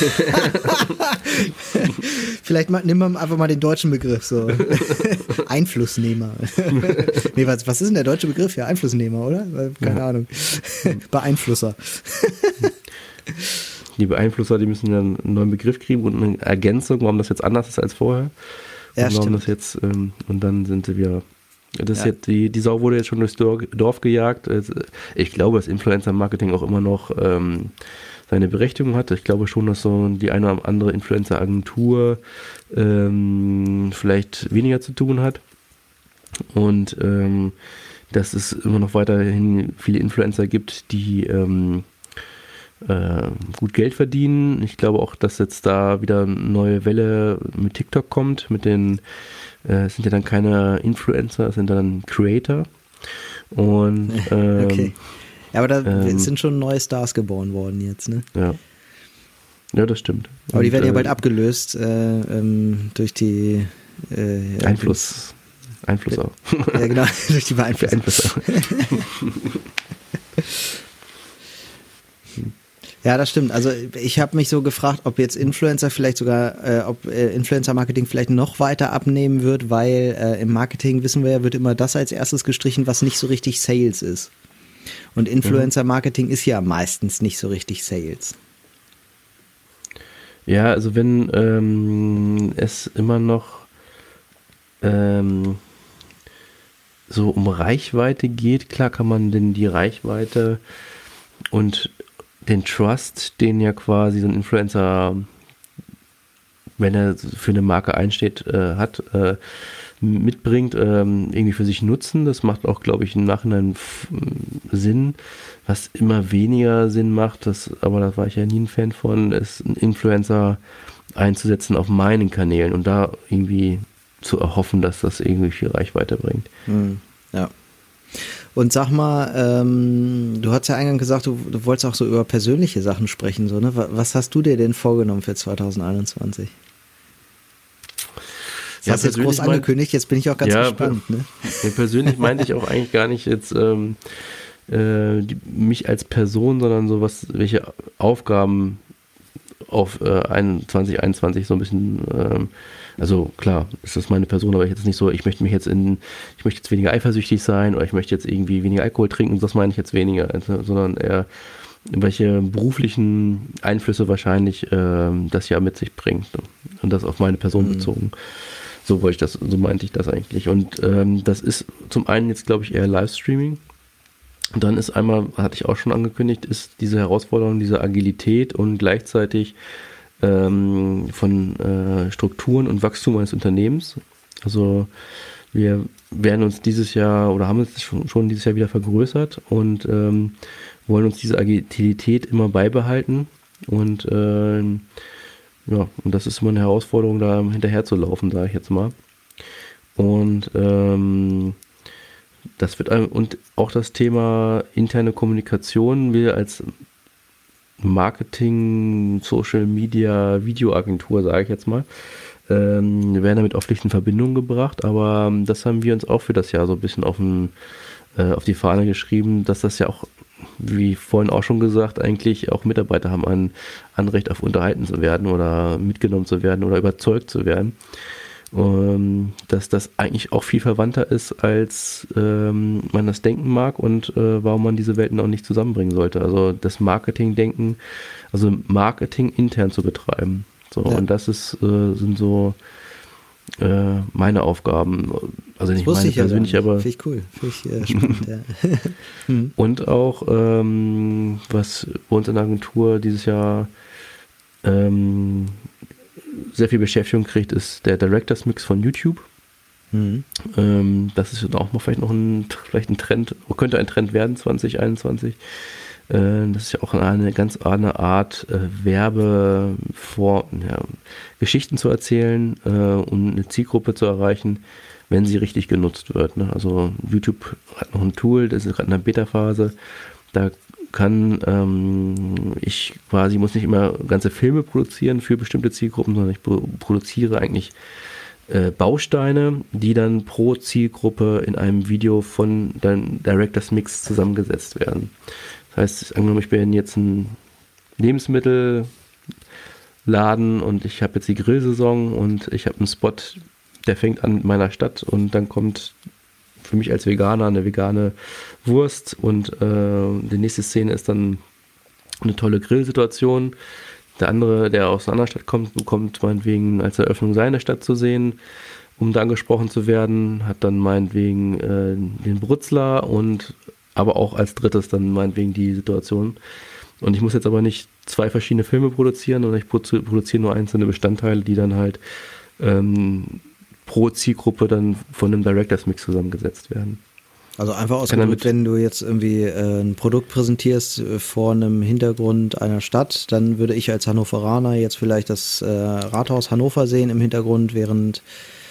Vielleicht mal, nimm mal einfach mal den deutschen Begriff, so. Einflussnehmer. Nee, was, was ist denn der deutsche Begriff? Ja, Einflussnehmer, oder? Keine ja. Ahnung. Beeinflusser. Die Beeinflusser, die müssen dann einen neuen Begriff kriegen und eine Ergänzung, warum das jetzt anders ist als vorher. Ja, und warum stimmt. das jetzt, ähm, und dann sind sie wieder. Das ja. jetzt, die, die Sau wurde jetzt schon durchs Dorf gejagt. Ich glaube, dass Influencer-Marketing auch immer noch ähm, seine Berechtigung hat. Ich glaube schon, dass so die eine oder andere Influencer-Agentur ähm, vielleicht weniger zu tun hat. Und ähm, dass es immer noch weiterhin viele Influencer gibt, die ähm, äh, gut Geld verdienen. Ich glaube auch, dass jetzt da wieder eine neue Welle mit TikTok kommt, mit den es sind ja dann keine Influencer, es sind dann Creator. Und ähm, okay. Ja, aber da ähm, sind schon neue Stars geboren worden jetzt, ne? Ja. Ja, das stimmt. Aber und, die werden ja äh, bald abgelöst äh, ähm, durch die äh, Einfluss. Einflusser. Ja, genau, durch die Beeinflusser. Einflusser. Ja, das stimmt. Also ich habe mich so gefragt, ob jetzt Influencer vielleicht sogar, äh, ob äh, Influencer-Marketing vielleicht noch weiter abnehmen wird, weil äh, im Marketing, wissen wir ja, wird immer das als erstes gestrichen, was nicht so richtig Sales ist. Und Influencer-Marketing ist ja meistens nicht so richtig Sales. Ja, also wenn ähm, es immer noch ähm, so um Reichweite geht, klar kann man denn die Reichweite und den Trust, den ja quasi so ein Influencer, wenn er für eine Marke einsteht, äh, hat, äh, mitbringt, ähm, irgendwie für sich nutzen. Das macht auch, glaube ich, im Nachhinein f- Sinn. Was immer weniger Sinn macht, das, aber da war ich ja nie ein Fan von, ist einen Influencer einzusetzen auf meinen Kanälen und da irgendwie zu erhoffen, dass das irgendwie viel Reichweite bringt. Hm, ja. Und sag mal, ähm, du hast ja eingangs gesagt, du, du wolltest auch so über persönliche Sachen sprechen, so, ne? Was hast du dir denn vorgenommen für zwanzig einundzwanzig? Das Ja, hast du jetzt groß angekündigt, jetzt bin ich auch ganz ja, gespannt. Ne? Ja, persönlich meinte ich auch eigentlich gar nicht jetzt ähm, äh, die, mich als Person, sondern so was, welche Aufgaben auf äh, zwanzig einundzwanzig so ein bisschen, ähm, also klar, ist das meine Person, aber ich jetzt nicht so, ich möchte mich jetzt in, ich möchte jetzt weniger eifersüchtig sein oder ich möchte jetzt irgendwie weniger Alkohol trinken, das meine ich jetzt weniger, also, sondern eher welche beruflichen Einflüsse wahrscheinlich ähm, das Jahr mit sich bringt und das auf meine Person mhm. bezogen. So wollte ich das, so meinte ich das eigentlich. Und ähm, das ist zum einen jetzt, glaube ich, eher Livestreaming. Und dann ist einmal, hatte ich auch schon angekündigt, ist diese Herausforderung, diese Agilität und gleichzeitig ähm, von äh, Strukturen und Wachstum eines Unternehmens. Also wir werden uns dieses Jahr oder haben uns schon, schon dieses Jahr wieder vergrößert und ähm, wollen uns diese Agilität immer beibehalten. Und ähm, ja, und das ist immer eine Herausforderung, da hinterher zu laufen, sage ich jetzt mal. Und ähm, das wird und auch das Thema interne Kommunikation. Wir als Marketing, Social Media, Videoagentur, sage ich jetzt mal, ähm, werden damit oft nicht in Verbindung gebracht, aber das haben wir uns auch für das Jahr so ein bisschen auf, den, äh, auf die Fahne geschrieben, dass das ja auch, wie vorhin auch schon gesagt, eigentlich auch Mitarbeiter haben ein Anrecht auf unterhalten zu werden oder mitgenommen zu werden oder überzeugt zu werden. Ähm, dass das eigentlich auch viel verwandter ist, als ähm, man das denken mag und äh, warum man diese Welten auch nicht zusammenbringen sollte. Also das Marketing-Denken, also Marketing intern zu betreiben. So, ja. Und das ist, äh, sind so äh, meine Aufgaben. Also nicht meine persönlich, aber finde ich cool, finde ich äh, spannend, ja. hm. Und auch, ähm, was bei uns in der Agentur dieses Jahr ähm, sehr viel Beschäftigung kriegt, ist der Directors Mix von YouTube. Mhm. Ähm, das ist auch mal vielleicht noch ein, vielleicht ein Trend, könnte ein Trend werden zwanzig einundzwanzig. Äh, das ist ja auch eine ganz andere Art, äh, Werbe vor, ja, Geschichten zu erzählen äh, und eine Zielgruppe zu erreichen, wenn sie richtig genutzt wird. Ne? Also YouTube hat noch ein Tool, das ist gerade in der Beta-Phase. Da kann ähm, ich quasi, muss nicht immer ganze Filme produzieren für bestimmte Zielgruppen, sondern ich pro- produziere eigentlich äh, Bausteine, die dann pro Zielgruppe in einem Video von deinem Directors Mix zusammengesetzt werden. Das heißt, angenommen, ich bin jetzt ein Lebensmittelladen und ich habe jetzt die Grillsaison und ich habe einen Spot, der fängt an mit meiner Stadt und dann kommt für mich als Veganer eine vegane Wurst und äh, die nächste Szene ist dann eine tolle Grillsituation. Der andere, der aus einer anderen Stadt kommt, bekommt meinetwegen als Eröffnung seine Stadt zu sehen, um da angesprochen zu werden, hat dann meinetwegen äh, den Brutzler und aber auch als drittes dann meinetwegen die Situation. Und ich muss jetzt aber nicht zwei verschiedene Filme produzieren, sondern ich produziere nur einzelne Bestandteile, die dann halt ähm, pro Zielgruppe dann von einem Directors Mix zusammengesetzt werden. Also einfach ausgedrückt, wenn du jetzt irgendwie äh, ein Produkt präsentierst äh, vor einem Hintergrund einer Stadt, dann würde ich als Hannoveraner jetzt vielleicht das äh, Rathaus Hannover sehen im Hintergrund, während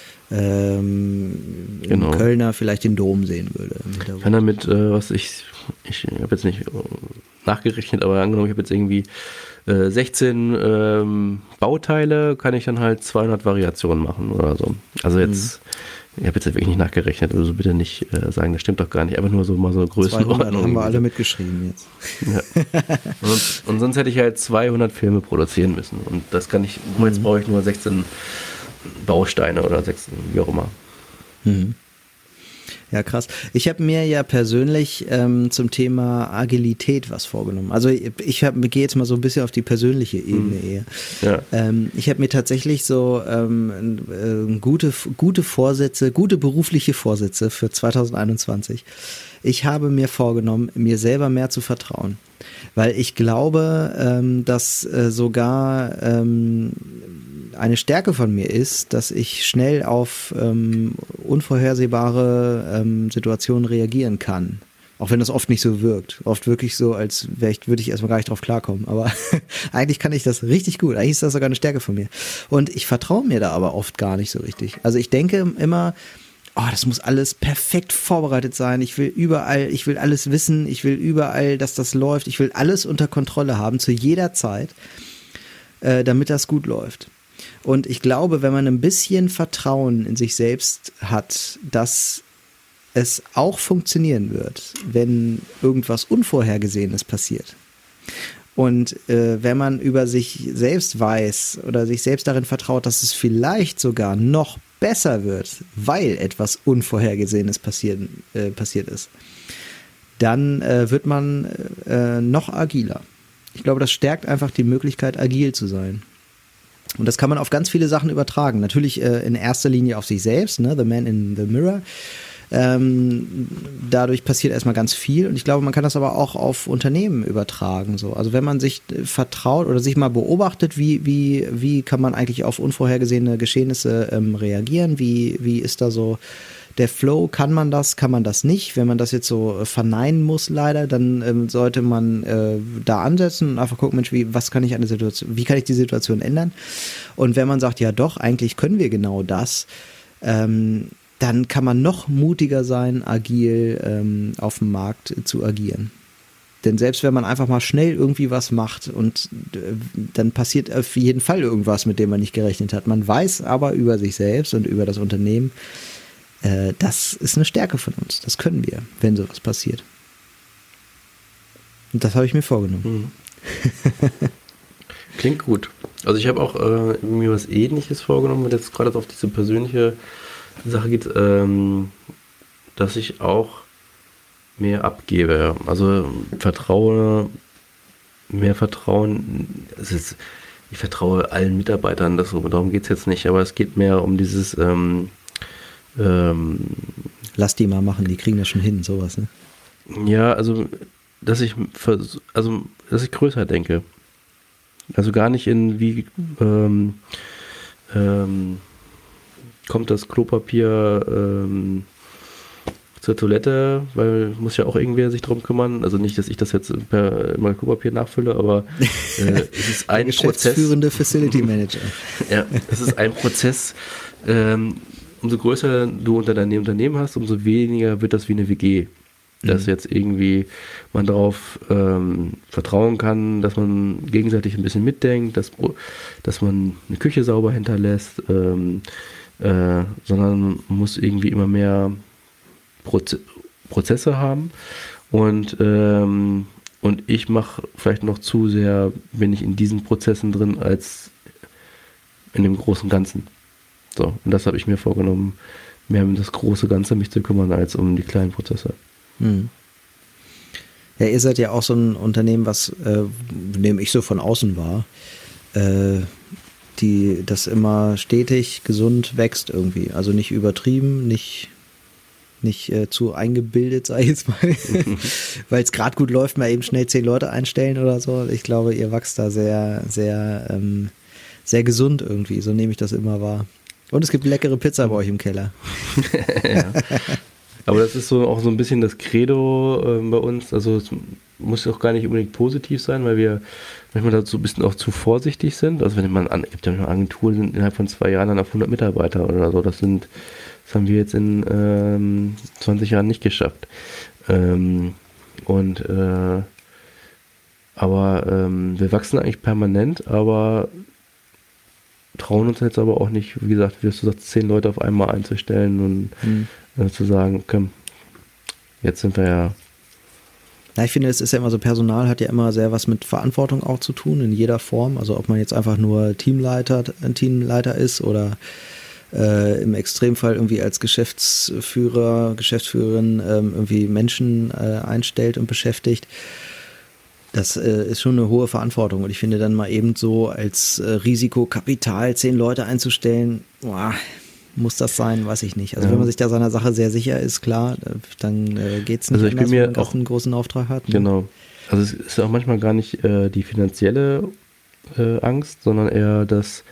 ähm, genau. ein Kölner vielleicht den Dom sehen würde. Im Hintergrund. Ich kann damit, äh, was ich, ich habe jetzt nicht nachgerechnet, aber angenommen, ich habe jetzt irgendwie äh, sechzehn ähm, Bauteile, kann ich dann halt zweihundert Variationen machen oder so. Also jetzt, mhm. ich habe jetzt wirklich nicht nachgerechnet, also bitte nicht äh, sagen, das stimmt doch gar nicht, einfach nur so mal so Größenordnung. haben wir alle mitgeschrieben jetzt. Ja. Und, und sonst hätte ich halt zweihundert Filme produzieren müssen und das kann ich, mhm. jetzt brauche ich nur sechzehn Bausteine oder sechzehn, wie auch immer. Mhm. Ja, krass. Ich habe mir ja persönlich ähm, zum Thema Agilität was vorgenommen. Also ich, ich gehe jetzt mal so ein bisschen auf die persönliche Ebene mhm. eher. Ja. Ähm, ich habe mir tatsächlich so ähm, äh, gute, gute Vorsätze, gute berufliche Vorsätze für zwanzig einundzwanzig. Ich habe mir vorgenommen, mir selber mehr zu vertrauen. Weil ich glaube, ähm, dass äh, sogar ähm, eine Stärke von mir ist, dass ich schnell auf ähm, unvorhersehbare ähm, Situationen reagieren kann. Auch wenn das oft nicht so wirkt. Oft wirklich so, als wäre ich, würde ich erstmal gar nicht drauf klarkommen. Aber eigentlich kann ich das richtig gut. Eigentlich ist das sogar eine Stärke von mir. Und ich vertraue mir da aber oft gar nicht so richtig. Also ich denke immer, oh, das muss alles perfekt vorbereitet sein. Ich will überall, ich will alles wissen. Ich will überall, dass das läuft. Ich will alles unter Kontrolle haben, zu jeder Zeit, äh, damit das gut läuft. Und ich glaube, wenn man ein bisschen Vertrauen in sich selbst hat, dass es auch funktionieren wird, wenn irgendwas Unvorhergesehenes passiert. Und äh, wenn man über sich selbst weiß oder sich selbst darin vertraut, dass es vielleicht sogar noch besser wird, weil etwas Unvorhergesehenes passieren, äh, passiert ist, dann äh, wird man äh, noch agiler. Ich glaube, das stärkt einfach die Möglichkeit, agil zu sein. Und das kann man auf ganz viele Sachen übertragen. Natürlich äh, in erster Linie auf sich selbst, ne? The Man in the Mirror. Ähm, dadurch passiert erstmal ganz viel. Und ich glaube, man kann das aber auch auf Unternehmen übertragen. So. Also wenn man sich äh, vertraut oder sich mal beobachtet, wie, wie, wie kann man eigentlich auf unvorhergesehene Geschehnisse ähm, reagieren? Wie, wie ist da so der Flow? Kann man das, kann man das nicht? Wenn man das jetzt so äh, verneinen muss leider, dann ähm, sollte man äh, da ansetzen und einfach gucken, Mensch, wie, was kann ich an der Situation, wie kann ich die Situation ändern? Und wenn man sagt, ja doch, eigentlich können wir genau das, ähm, dann kann man noch mutiger sein, agil ähm, auf dem Markt äh, zu agieren. Denn selbst wenn man einfach mal schnell irgendwie was macht und äh, dann passiert auf jeden Fall irgendwas, mit dem man nicht gerechnet hat. Man weiß aber über sich selbst und über das Unternehmen, äh, das ist eine Stärke von uns. Das können wir, wenn sowas passiert. Und das habe ich mir vorgenommen. Mhm. Klingt gut. Also ich habe auch äh, mir was Ähnliches vorgenommen, wenn jetzt gerade auf diese persönliche Sache geht, ähm, dass ich auch mehr abgebe. Also vertraue, mehr Vertrauen. Es ist, ich vertraue allen Mitarbeitern, das, darum geht es jetzt nicht, aber es geht mehr um dieses ähm, ähm, Lass die mal machen, die kriegen das schon hin, sowas, ne? Ja, also dass ich vers- also dass ich größer denke. Also gar nicht in wie ähm, ähm, kommt das Klopapier ähm, zur Toilette, weil muss ja auch irgendwer sich drum kümmern. Also nicht, dass ich das jetzt per mal Klopapier nachfülle, aber äh, es ist ein geschäftsführende Prozess. Facility Manager. Ja, es ist ein Prozess. Ähm, umso größer du unter deinem Unternehmen hast, umso weniger wird das wie eine W G. Dass mhm. jetzt irgendwie man darauf ähm, vertrauen kann, dass man gegenseitig ein bisschen mitdenkt, dass, dass man eine Küche sauber hinterlässt, ähm, äh, sondern man muss irgendwie immer mehr Proze- Prozesse haben und, ähm, und ich mache vielleicht noch zu sehr, bin ich in diesen Prozessen drin, als in dem großen Ganzen. So, und das habe ich mir vorgenommen, mehr um das große Ganze mich zu kümmern, als um die kleinen Prozesse. Hm. Ja, ihr seid ja auch so ein Unternehmen, was, äh, nehme ich so von außen wahr, äh, die das immer stetig gesund wächst irgendwie. Also nicht übertrieben, nicht, nicht äh, zu eingebildet, sag ich jetzt mal. Weil es gerade gut läuft, mal eben schnell zehn Leute einstellen oder so. Ich glaube, ihr wächst da sehr, sehr, ähm, sehr gesund irgendwie. So nehme ich das immer wahr. Und es gibt leckere Pizza bei euch im Keller. Ja. Aber das ist so auch so ein bisschen das Credo äh, bei uns. Also es muss auch gar nicht unbedingt positiv sein, weil wir manchmal da so ein bisschen auch zu vorsichtig sind. Also wenn man an, gibt ja Agenturen, sind innerhalb von zwei Jahren dann auf hundert Mitarbeiter oder so. Das sind, das haben wir jetzt in ähm, zwanzig Jahren nicht geschafft. Ähm, und äh, aber ähm, wir wachsen eigentlich permanent, aber trauen uns jetzt aber auch nicht, wie gesagt, wie du sagst, zehn Leute auf einmal einzustellen und mhm. äh, zu sagen, komm, jetzt sind wir ja. Ja, ich finde, es ist ja immer so, Personal hat ja immer sehr was mit Verantwortung auch zu tun, in jeder Form. Also ob man jetzt einfach nur Teamleiter, ein Teamleiter ist oder äh, im Extremfall irgendwie als Geschäftsführer, Geschäftsführerin ähm, irgendwie Menschen äh, einstellt und beschäftigt. Das äh, ist schon eine hohe Verantwortung und ich finde dann mal eben so als äh, Risikokapital zehn Leute einzustellen, boah, muss das sein, weiß ich nicht. Also ja. wenn man sich da seiner Sache sehr sicher ist, klar, dann äh, geht es nicht also ich anders, bin mir wenn man auch einen großen Auftrag hat. Ne? Genau. Also es ist auch manchmal gar nicht äh, die finanzielle äh, Angst, sondern eher das,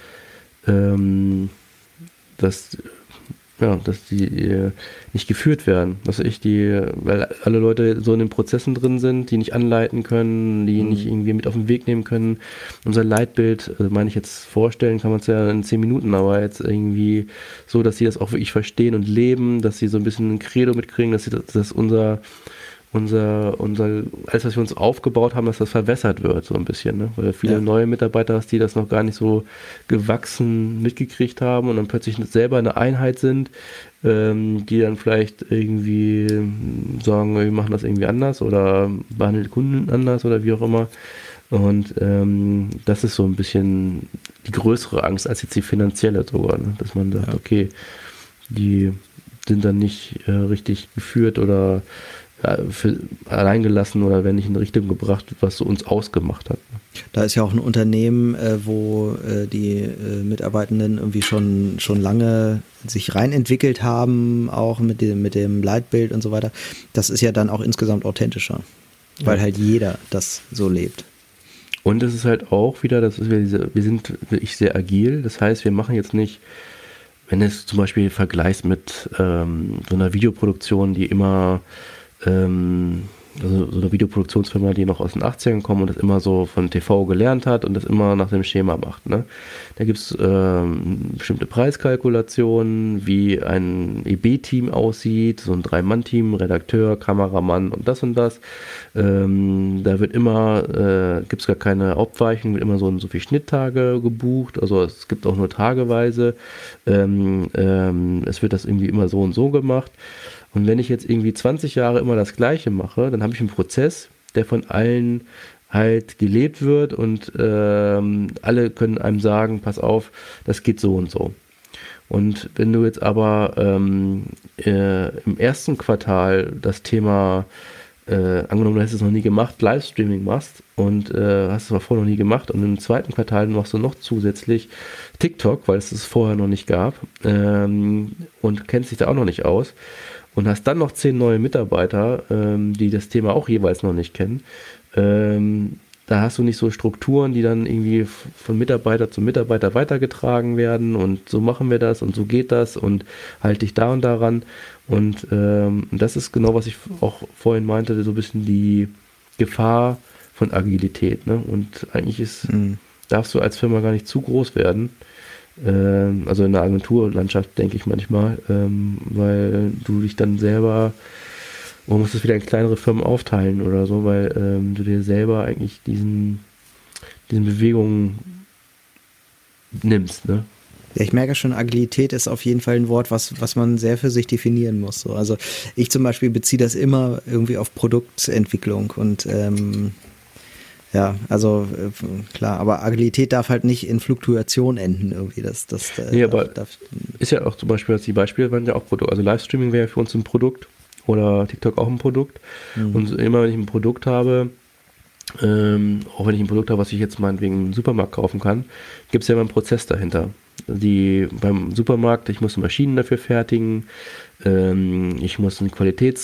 ähm, das ja, dass die äh, nicht geführt werden. Dass ich die, weil alle Leute so in den Prozessen drin sind, die nicht anleiten können, die mhm. nicht irgendwie mit auf den Weg nehmen können. Unser Leitbild, also meine ich jetzt vorstellen, kann man es ja in zehn Minuten, aber jetzt irgendwie so, dass sie das auch wirklich verstehen und leben, dass sie so ein bisschen ein Credo mitkriegen, dass sie das, dass unser unser, unser, alles, was wir uns aufgebaut haben, dass das verwässert wird, so ein bisschen, ne? Weil viele ja. neue Mitarbeiter hast, die das noch gar nicht so gewachsen mitgekriegt haben und dann plötzlich selber eine Einheit sind, ähm, die dann vielleicht irgendwie sagen, wir machen das irgendwie anders oder behandeln Kunden anders oder wie auch immer. Und ähm, das ist so ein bisschen die größere Angst als jetzt die finanzielle sogar, ne? Dass man sagt, ja. okay, die sind dann nicht äh, richtig geführt oder für allein gelassen oder werden nicht in die Richtung gebracht, was so uns ausgemacht hat. Da ist ja auch ein Unternehmen, äh, wo äh, die äh, Mitarbeitenden irgendwie schon, schon lange sich reinentwickelt haben, auch mit dem, mit dem Leitbild und so weiter. Das ist ja dann auch insgesamt authentischer, weil ja. halt jeder das so lebt. Und es ist halt auch wieder, das ist wieder diese, wir sind wirklich sehr agil, das heißt, wir machen jetzt nicht, wenn es zum Beispiel vergleichst mit ähm, so einer Videoproduktion, die immer Ähm, also so eine Videoproduktionsfirma, die noch aus den achtzigern kommen und das immer so von T V gelernt hat und das immer nach dem Schema macht. Ne? Da gibt es ähm, bestimmte Preiskalkulationen, wie ein E B-Team aussieht, so ein Drei-Mann-Team, Redakteur, Kameramann und das und das. Ähm, da wird immer, äh, gibt es gar keine Abweichung, wird immer so und so viele Schnitttage gebucht, also es gibt auch nur tageweise. Ähm, ähm, es wird das irgendwie immer so und so gemacht. Und wenn ich jetzt irgendwie zwanzig Jahre immer das Gleiche mache, dann habe ich einen Prozess, der von allen halt gelebt wird und ähm, alle können einem sagen, pass auf, das geht so und so. Und wenn du jetzt aber ähm, äh, im ersten Quartal das Thema, äh, angenommen, du hast es noch nie gemacht, Livestreaming machst und äh, hast es aber vorher noch nie gemacht und im zweiten Quartal machst du noch zusätzlich TikTok, weil es es vorher noch nicht gab ähm, und kennst dich da auch noch nicht aus, und hast dann noch zehn neue Mitarbeiter, ähm, die das Thema auch jeweils noch nicht kennen, ähm, da hast du nicht so Strukturen, die dann irgendwie von Mitarbeiter zu Mitarbeiter weitergetragen werden und so machen wir das und so geht das und halte dich da und daran. Und ähm, das ist genau, was ich auch vorhin meinte, so ein bisschen die Gefahr von Agilität. Ne? Und eigentlich ist, mhm. darfst du als Firma gar nicht zu groß werden. Also in der Agenturlandschaft denke ich manchmal, ähm, weil du dich dann selber, man muss das wieder in kleinere Firmen aufteilen oder so, weil ähm, du dir selber eigentlich diesen, diesen Bewegungen nimmst, ne? Ja, ich merke schon, Agilität ist auf jeden Fall ein Wort, was, was man sehr für sich definieren muss. So. Also ich zum Beispiel beziehe das immer irgendwie auf Produktentwicklung und ähm, ja, also äh, klar, aber Agilität darf halt nicht in Fluktuation enden irgendwie. Das, das, äh, nee, darf, aber darf, ist ja auch zum Beispiel, als die Beispiele waren ja auch Produkte. Also Livestreaming wäre ja für uns ein Produkt oder TikTok auch ein Produkt. Mhm. Und immer wenn ich ein Produkt habe, ähm, auch wenn ich ein Produkt habe, was ich jetzt meinetwegen im Supermarkt kaufen kann, gibt es ja immer einen Prozess dahinter. Die beim Supermarkt, ich muss Maschinen dafür fertigen, ähm, ich muss ein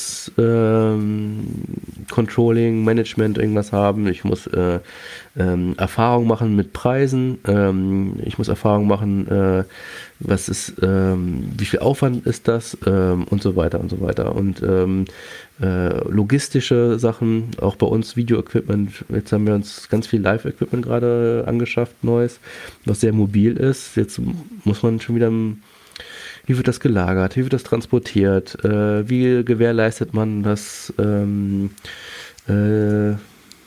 Qualitätscontrolling, ähm, Management irgendwas haben, ich muss äh, ähm, Erfahrung machen mit Preisen, ähm, ich muss Erfahrung machen, äh, was ist, ähm, wie viel Aufwand ist das ähm, und so weiter und so weiter und ähm, äh, logistische Sachen, auch bei uns Video-Equipment, jetzt haben wir uns ganz viel Live-Equipment gerade angeschafft, neues, was sehr mobil ist, jetzt muss man schon wieder, wie wird das gelagert, wie wird das transportiert, äh, wie gewährleistet man das, ähm, äh,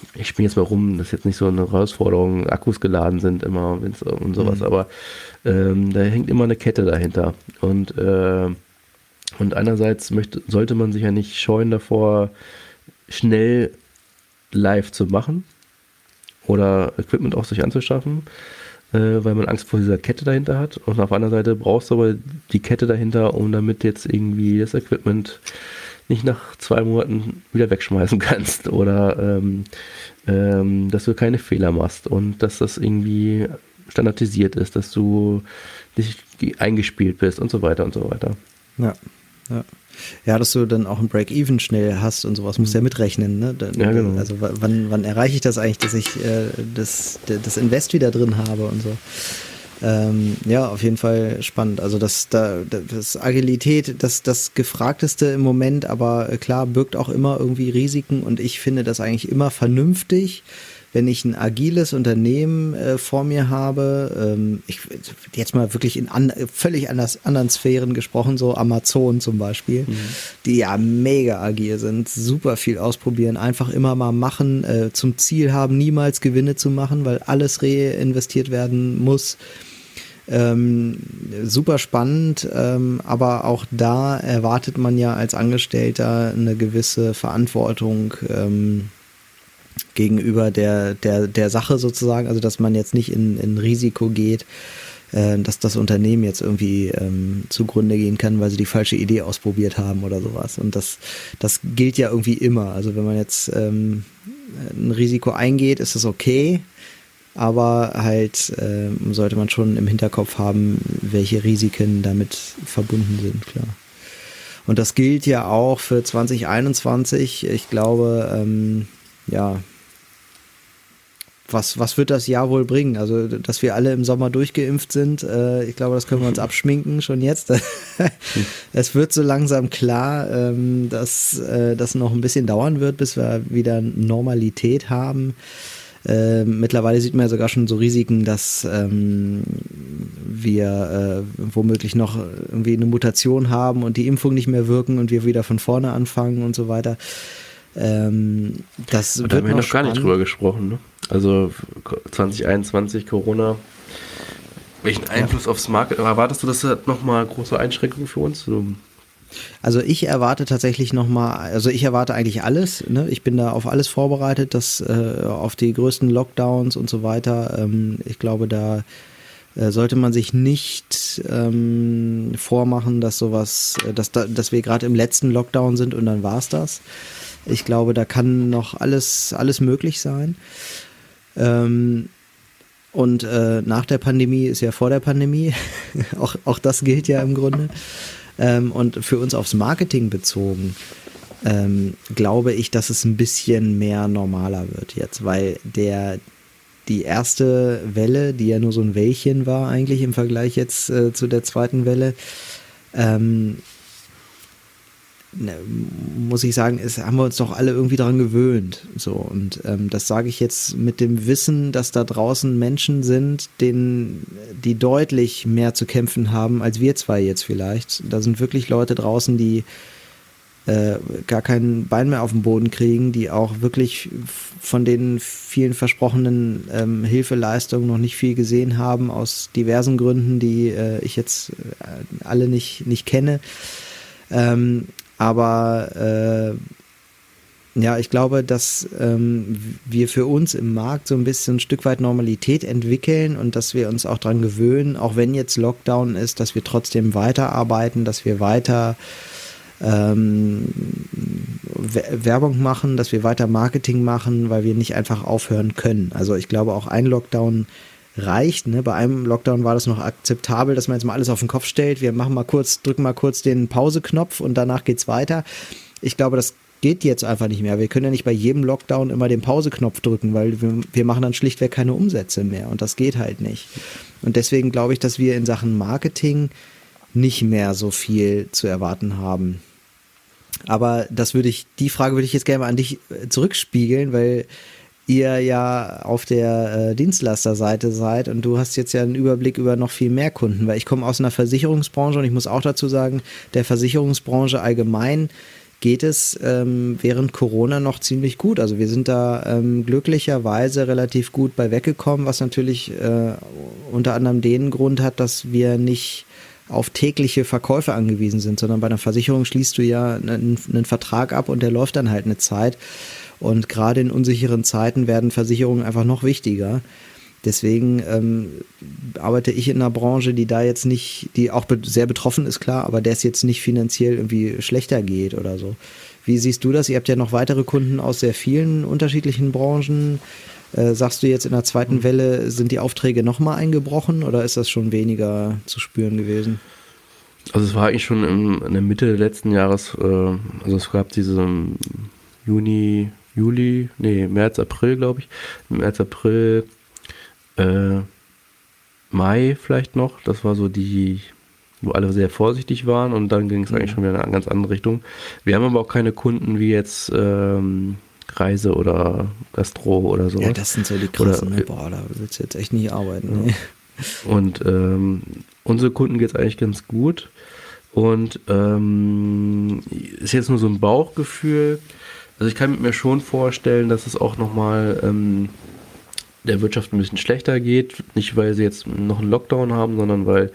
ich spiele jetzt mal rum, das ist jetzt nicht so eine Herausforderung, Akkus geladen sind immer und sowas, mhm. aber ähm, da hängt immer eine Kette dahinter. Und, äh, und einerseits möchte, sollte man sich ja nicht scheuen davor, schnell live zu machen oder Equipment auch sich anzuschaffen, äh, weil man Angst vor dieser Kette dahinter hat. Und auf der anderen Seite brauchst du aber die Kette dahinter, um damit jetzt irgendwie das Equipment nicht nach zwei Monaten wieder wegschmeißen kannst oder ähm, ähm, dass du keine Fehler machst und dass das irgendwie standardisiert ist, dass du nicht eingespielt bist und so weiter und so weiter. Ja, ja. Ja, dass du dann auch ein Break-Even schnell hast und sowas, musst du ja mitrechnen. Ne? Dann, ja, genau. Also wann, wann erreiche ich das eigentlich, dass ich äh, das, das Invest wieder drin habe und so. Ähm, ja, auf jeden Fall spannend. Also das, da, das Agilität, das, das Gefragteste im Moment, aber klar, birgt auch immer irgendwie Risiken und ich finde das eigentlich immer vernünftig, wenn ich ein agiles Unternehmen äh, vor mir habe, ähm, ich jetzt mal wirklich in an, völlig anders, anderen Sphären gesprochen, so Amazon zum Beispiel, mhm. die ja mega agil sind, super viel ausprobieren, einfach immer mal machen, äh, zum Ziel haben, niemals Gewinne zu machen, weil alles reinvestiert werden muss. Ähm, super spannend, ähm, aber auch da erwartet man ja als Angestellter eine gewisse Verantwortung ähm, gegenüber der, der, der Sache sozusagen, also dass man jetzt nicht in, in Risiko geht, äh, dass das Unternehmen jetzt irgendwie ähm, zugrunde gehen kann, weil sie die falsche Idee ausprobiert haben oder sowas. Und das, das gilt ja irgendwie immer. Also wenn man jetzt ähm, ein Risiko eingeht, ist das okay, aber halt äh, sollte man schon im Hinterkopf haben, welche Risiken damit verbunden sind, klar. Und das gilt ja auch für zwanzig einundzwanzig. Ich glaube, ähm, ja, was, was wird das Jahr wohl bringen? Also, dass wir alle im Sommer durchgeimpft sind, äh, ich glaube, das können wir uns abschminken schon jetzt. Es wird so langsam klar, ähm, dass äh, das noch ein bisschen dauern wird, bis wir wieder Normalität haben. Äh, mittlerweile sieht man ja sogar schon so Risiken, dass ähm, wir äh, womöglich noch irgendwie eine Mutation haben und die Impfung nicht mehr wirken und wir wieder von vorne anfangen und so weiter. Ähm, das da wird haben wir noch spannend. gar nicht drüber gesprochen, ne? Also zwanzig einundzwanzig, Corona, welchen Einfluss ja. aufs Market, erwartest du, das hat nochmal große Einschränkungen für uns? So. Also ich erwarte tatsächlich nochmal, also ich erwarte eigentlich alles, ne? Ich bin da auf alles vorbereitet, dass äh, auf die größten Lockdowns und so weiter, ähm, ich glaube, da äh, sollte man sich nicht ähm, vormachen, dass sowas, dass, da, dass wir gerade im letzten Lockdown sind und dann war's das. Ich glaube, da kann noch alles, alles möglich sein. Ähm, und äh, nach der Pandemie ist ja vor der Pandemie, auch, auch das gilt ja im Grunde. Ähm, und für uns aufs Marketing bezogen, ähm, glaube ich, dass es ein bisschen mehr normaler wird jetzt, weil der die erste Welle, die ja nur so ein Wellchen war eigentlich im Vergleich jetzt äh, zu der zweiten Welle, ähm, ne, muss ich sagen, ist, haben wir uns doch alle irgendwie daran gewöhnt. So, und ähm, das sage ich jetzt mit dem Wissen, dass da draußen Menschen sind, denen, die deutlich mehr zu kämpfen haben, als wir zwei jetzt vielleicht. Da sind wirklich Leute draußen, die äh, gar kein Bein mehr auf den Boden kriegen, die auch wirklich von den vielen versprochenen ähm, Hilfeleistungen noch nicht viel gesehen haben, aus diversen Gründen, die äh, ich jetzt äh, alle nicht, nicht kenne. Ähm, Aber äh, ja, ich glaube, dass ähm, wir für uns im Markt so ein bisschen ein Stück weit Normalität entwickeln und dass wir uns auch dran gewöhnen, auch wenn jetzt Lockdown ist, dass wir trotzdem weiterarbeiten, dass wir weiter ähm, Werbung machen, dass wir weiter Marketing machen, weil wir nicht einfach aufhören können. Also ich glaube, auch ein Lockdown reicht, ne? Bei einem Lockdown war das noch akzeptabel, dass man jetzt mal alles auf den Kopf stellt. Wir machen mal kurz, drücken mal kurz den Pause-Knopf und danach geht's weiter. Ich glaube, das geht jetzt einfach nicht mehr. Wir können ja nicht bei jedem Lockdown immer den Pause-Knopf drücken, weil wir, wir machen dann schlichtweg keine Umsätze mehr und das geht halt nicht. Und deswegen glaube ich, dass wir in Sachen Marketing nicht mehr so viel zu erwarten haben. Aber das würde ich, die Frage würde ich jetzt gerne mal an dich zurückspiegeln, weil ihr ja auf der äh, Dienstleisterseite seid und du hast jetzt ja einen Überblick über noch viel mehr Kunden, weil ich komme aus einer Versicherungsbranche und ich muss auch dazu sagen, der Versicherungsbranche allgemein geht es ähm, während Corona noch ziemlich gut. Also wir sind da ähm, glücklicherweise relativ gut bei weggekommen, was natürlich äh, unter anderem den Grund hat, dass wir nicht auf tägliche Verkäufe angewiesen sind, sondern bei einer Versicherung schließt du ja einen, einen Vertrag ab und der läuft dann halt eine Zeit. Und gerade in unsicheren Zeiten werden Versicherungen einfach noch wichtiger. Deswegen ähm, arbeite ich in einer Branche, die da jetzt nicht, die auch be- sehr betroffen ist, klar, aber der es jetzt nicht finanziell irgendwie schlechter geht oder so. Wie siehst du das? Ihr habt ja noch weitere Kunden aus sehr vielen unterschiedlichen Branchen. Äh, sagst du jetzt in der zweiten Welle, sind die Aufträge nochmal eingebrochen oder ist das schon weniger zu spüren gewesen? Also es war eigentlich schon im, in der Mitte letzten Jahres, äh, also es gab diese Juni, Juli, nee, März, April, glaube ich. März, April, äh, Mai vielleicht noch. Das war so die, wo alle sehr vorsichtig waren und dann ging es eigentlich schon wieder in eine ganz andere Richtung. Wir haben aber auch keine Kunden wie jetzt ähm, Reise oder Gastro oder so. Ja, das sind so die krassen, oder, ne? Boah, da willst du jetzt echt nicht arbeiten. Ja. Und ähm, unsere Kunden geht es eigentlich ganz gut. Und ähm, ist jetzt nur so ein Bauchgefühl. Also ich kann mir schon vorstellen, dass es auch nochmal ähm, der Wirtschaft ein bisschen schlechter geht. Nicht, weil sie jetzt noch einen Lockdown haben, sondern weil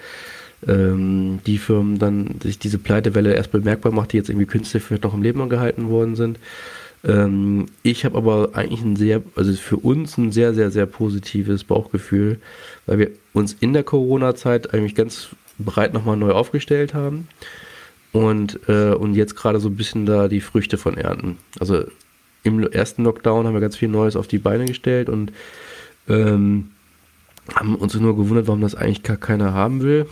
ähm, die Firmen dann sich diese Pleitewelle erst bemerkbar macht, die jetzt irgendwie künstlich vielleicht noch im Leben gehalten worden sind. Ähm, ich habe aber eigentlich ein sehr, also für uns ein sehr, sehr, sehr positives Bauchgefühl, weil wir uns in der Corona-Zeit eigentlich ganz breit nochmal neu aufgestellt haben und, äh, und jetzt gerade so ein bisschen da die Früchte von ernten. Also im ersten Lockdown haben wir ganz viel Neues auf die Beine gestellt und ähm, haben uns nur gewundert, warum das eigentlich gar keiner haben will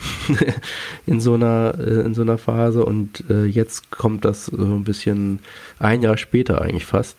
in so einer äh, in so einer Phase und äh, jetzt kommt das so ein bisschen ein Jahr später eigentlich fast,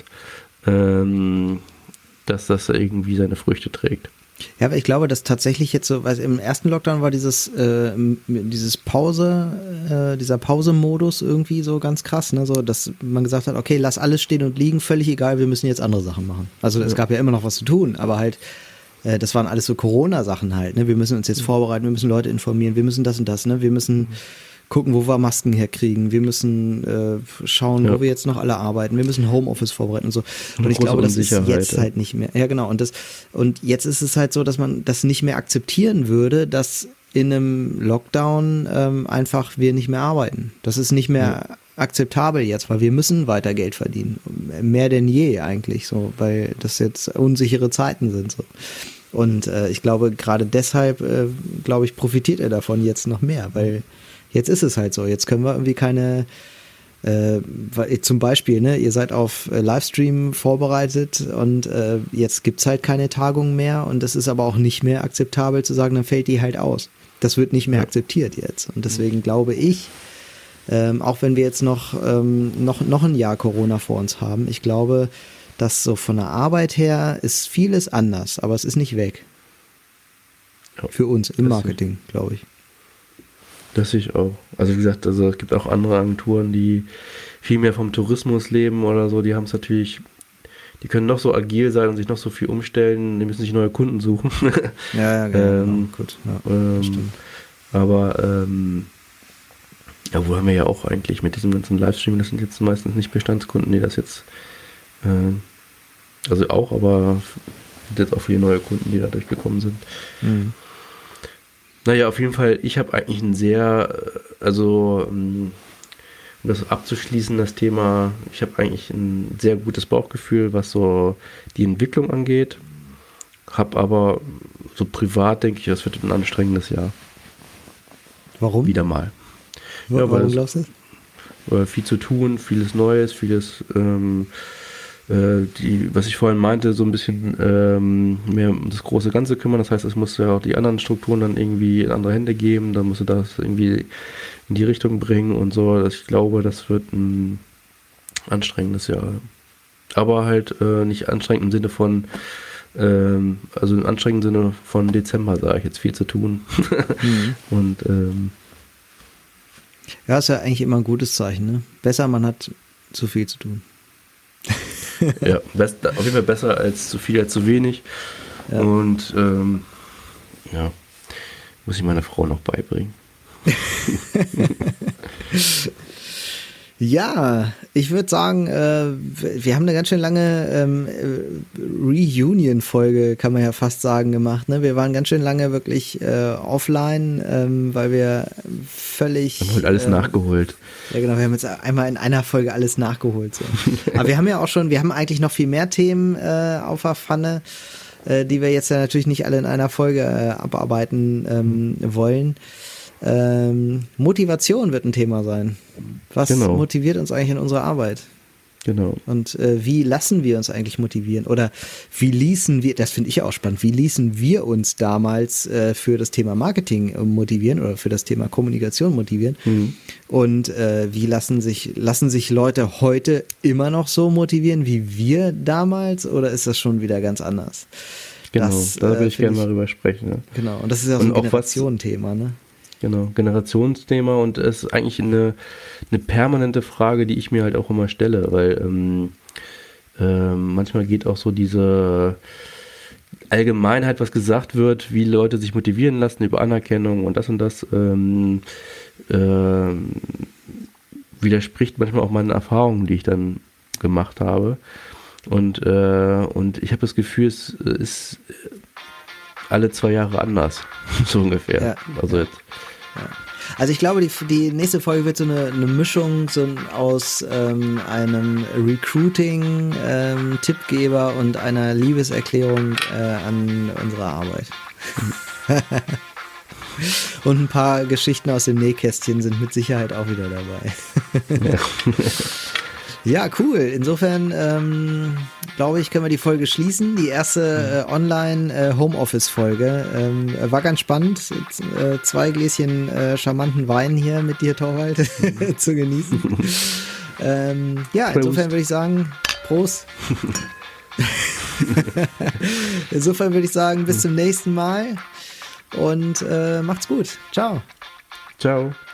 ähm, dass das irgendwie seine Früchte trägt. Ja, aber ich glaube, dass tatsächlich jetzt so, weil im ersten Lockdown war dieses äh, dieses Pause, äh, dieser Pause-Modus irgendwie so ganz krass, ne, so, dass man gesagt hat, okay, lass alles stehen und liegen, völlig egal, wir müssen jetzt andere Sachen machen. Also es ja. gab ja immer noch was zu tun, aber halt äh, das waren alles so Corona-Sachen halt, ne, wir müssen uns jetzt mhm. vorbereiten, wir müssen Leute informieren, wir müssen das und das, ne, wir müssen mhm. gucken, wo wir Masken herkriegen, wir müssen äh, schauen, ja. wo wir jetzt noch alle arbeiten, wir müssen Homeoffice vorbereiten und so. Und ich glaube, das ist jetzt ja. halt nicht mehr. Ja, genau. Und das und jetzt ist es halt so, dass man das nicht mehr akzeptieren würde, dass in einem Lockdown ähm, einfach wir nicht mehr arbeiten. Das ist nicht mehr ja. akzeptabel jetzt, weil wir müssen weiter Geld verdienen. Mehr denn je eigentlich so, weil das jetzt unsichere Zeiten sind so. Und äh, ich glaube, gerade deshalb, äh, glaube ich, profitiert er davon jetzt noch mehr, weil jetzt ist es halt so. Jetzt können wir irgendwie keine, äh, zum Beispiel, ne, ihr seid auf äh, Livestream vorbereitet und äh, jetzt gibt es halt keine Tagung mehr und es ist aber auch nicht mehr akzeptabel zu sagen, dann fällt die halt aus. Das wird nicht mehr ja. akzeptiert jetzt. Und deswegen glaube ich, ähm, auch wenn wir jetzt noch, ähm, noch, noch ein Jahr Corona vor uns haben, ich glaube, dass so von der Arbeit her ist vieles anders, aber es ist nicht weg. Ja. Für uns im Marketing, glaube ich. Das sehe ich auch. Also wie gesagt, also es gibt auch andere Agenturen, die viel mehr vom Tourismus leben oder so, die haben es natürlich, die können noch so agil sein und sich noch so viel umstellen, die müssen sich neue Kunden suchen. Ja, ja, genau. ähm, gut. Ja, ähm, stimmt. Aber ähm, ja, wo haben wir ja auch eigentlich mit diesem ganzen Livestream, das sind jetzt meistens nicht Bestandskunden, die das jetzt äh, also auch, aber jetzt auch viele neue Kunden, die dadurch gekommen sind. Mhm. Naja, auf jeden Fall, ich habe eigentlich ein sehr, also um das abzuschließen, das Thema, ich habe eigentlich ein sehr gutes Bauchgefühl, was so die Entwicklung angeht, habe aber so privat, denke ich, das wird ein anstrengendes Jahr. Warum? Wieder mal. Warum, ja, warum glaubst du? Weil viel zu tun, vieles Neues, vieles ähm, Die, was ich vorhin meinte, so ein bisschen ähm, mehr um das große Ganze kümmern. Das heißt, es muss ja auch die anderen Strukturen dann irgendwie in andere Hände geben. Dann musst du das irgendwie in die Richtung bringen und so. Ich glaube, das wird ein anstrengendes Jahr. Aber halt äh, nicht anstrengend im Sinne von, ähm, also im anstrengenden Sinne von Dezember, sage ich jetzt, viel zu tun. mhm. Und ähm, ja, ist ja eigentlich immer ein gutes Zeichen, ne? Besser, man hat zu viel zu tun. Ja, best, auf jeden Fall besser als zu viel als zu wenig. Ja. Und ähm, ja, muss ich meiner Frau noch beibringen. Ja, ich würde sagen, äh, wir haben eine ganz schön lange ähm, Reunion-Folge, kann man ja fast sagen, gemacht. Ne? Wir waren ganz schön lange wirklich äh, offline, ähm, weil wir völlig... Wir haben heute alles äh, nachgeholt. Ja genau, wir haben jetzt einmal in einer Folge alles nachgeholt. So. Aber wir haben ja auch schon, wir haben eigentlich noch viel mehr Themen äh, auf der Pfanne, äh, die wir jetzt ja natürlich nicht alle in einer Folge äh, abarbeiten ähm, wollen. Ähm, Motivation wird ein Thema sein. Was genau. motiviert uns eigentlich in unserer Arbeit? Genau. Und äh, wie lassen wir uns eigentlich motivieren? Oder wie ließen wir, das finde ich auch spannend, wie ließen wir uns damals äh, für das Thema Marketing motivieren oder für das Thema Kommunikation motivieren? Mhm. Und äh, wie lassen sich, lassen sich Leute heute immer noch so motivieren wie wir damals? Oder ist das schon wieder ganz anders? Genau, das, da würde äh, ich gerne mal drüber sprechen. Ja. Genau, und das ist ja so ein Generationenthema, ne? Genau, Generationsthema, und es ist eigentlich eine, eine permanente Frage, die ich mir halt auch immer stelle, weil ähm, äh, manchmal geht auch so diese Allgemeinheit, was gesagt wird, wie Leute sich motivieren lassen über Anerkennung und das und das, ähm, äh, widerspricht manchmal auch meinen Erfahrungen, die ich dann gemacht habe. Und, äh, und ich habe das Gefühl, es ist alle zwei Jahre anders, so ungefähr. Ja. Also jetzt. Ja. Also ich glaube, die, die nächste Folge wird so eine, eine Mischung so aus ähm, einem Recruiting-Tippgeber ähm, und einer Liebeserklärung äh, an unsere Arbeit. Und ein paar Geschichten aus dem Nähkästchen sind mit Sicherheit auch wieder dabei. Ja. Ja, cool. Insofern, ähm, glaube ich, können wir die Folge schließen. Die erste äh, Online-Homeoffice-Folge. Ähm, war ganz spannend. Äh, zwei Gläschen äh, charmanten Wein hier mit dir, Torvald, zu genießen. ähm, ja, insofern würde ich sagen, Prost. Insofern würde ich sagen, bis zum nächsten Mal und äh, macht's gut. Ciao. Ciao.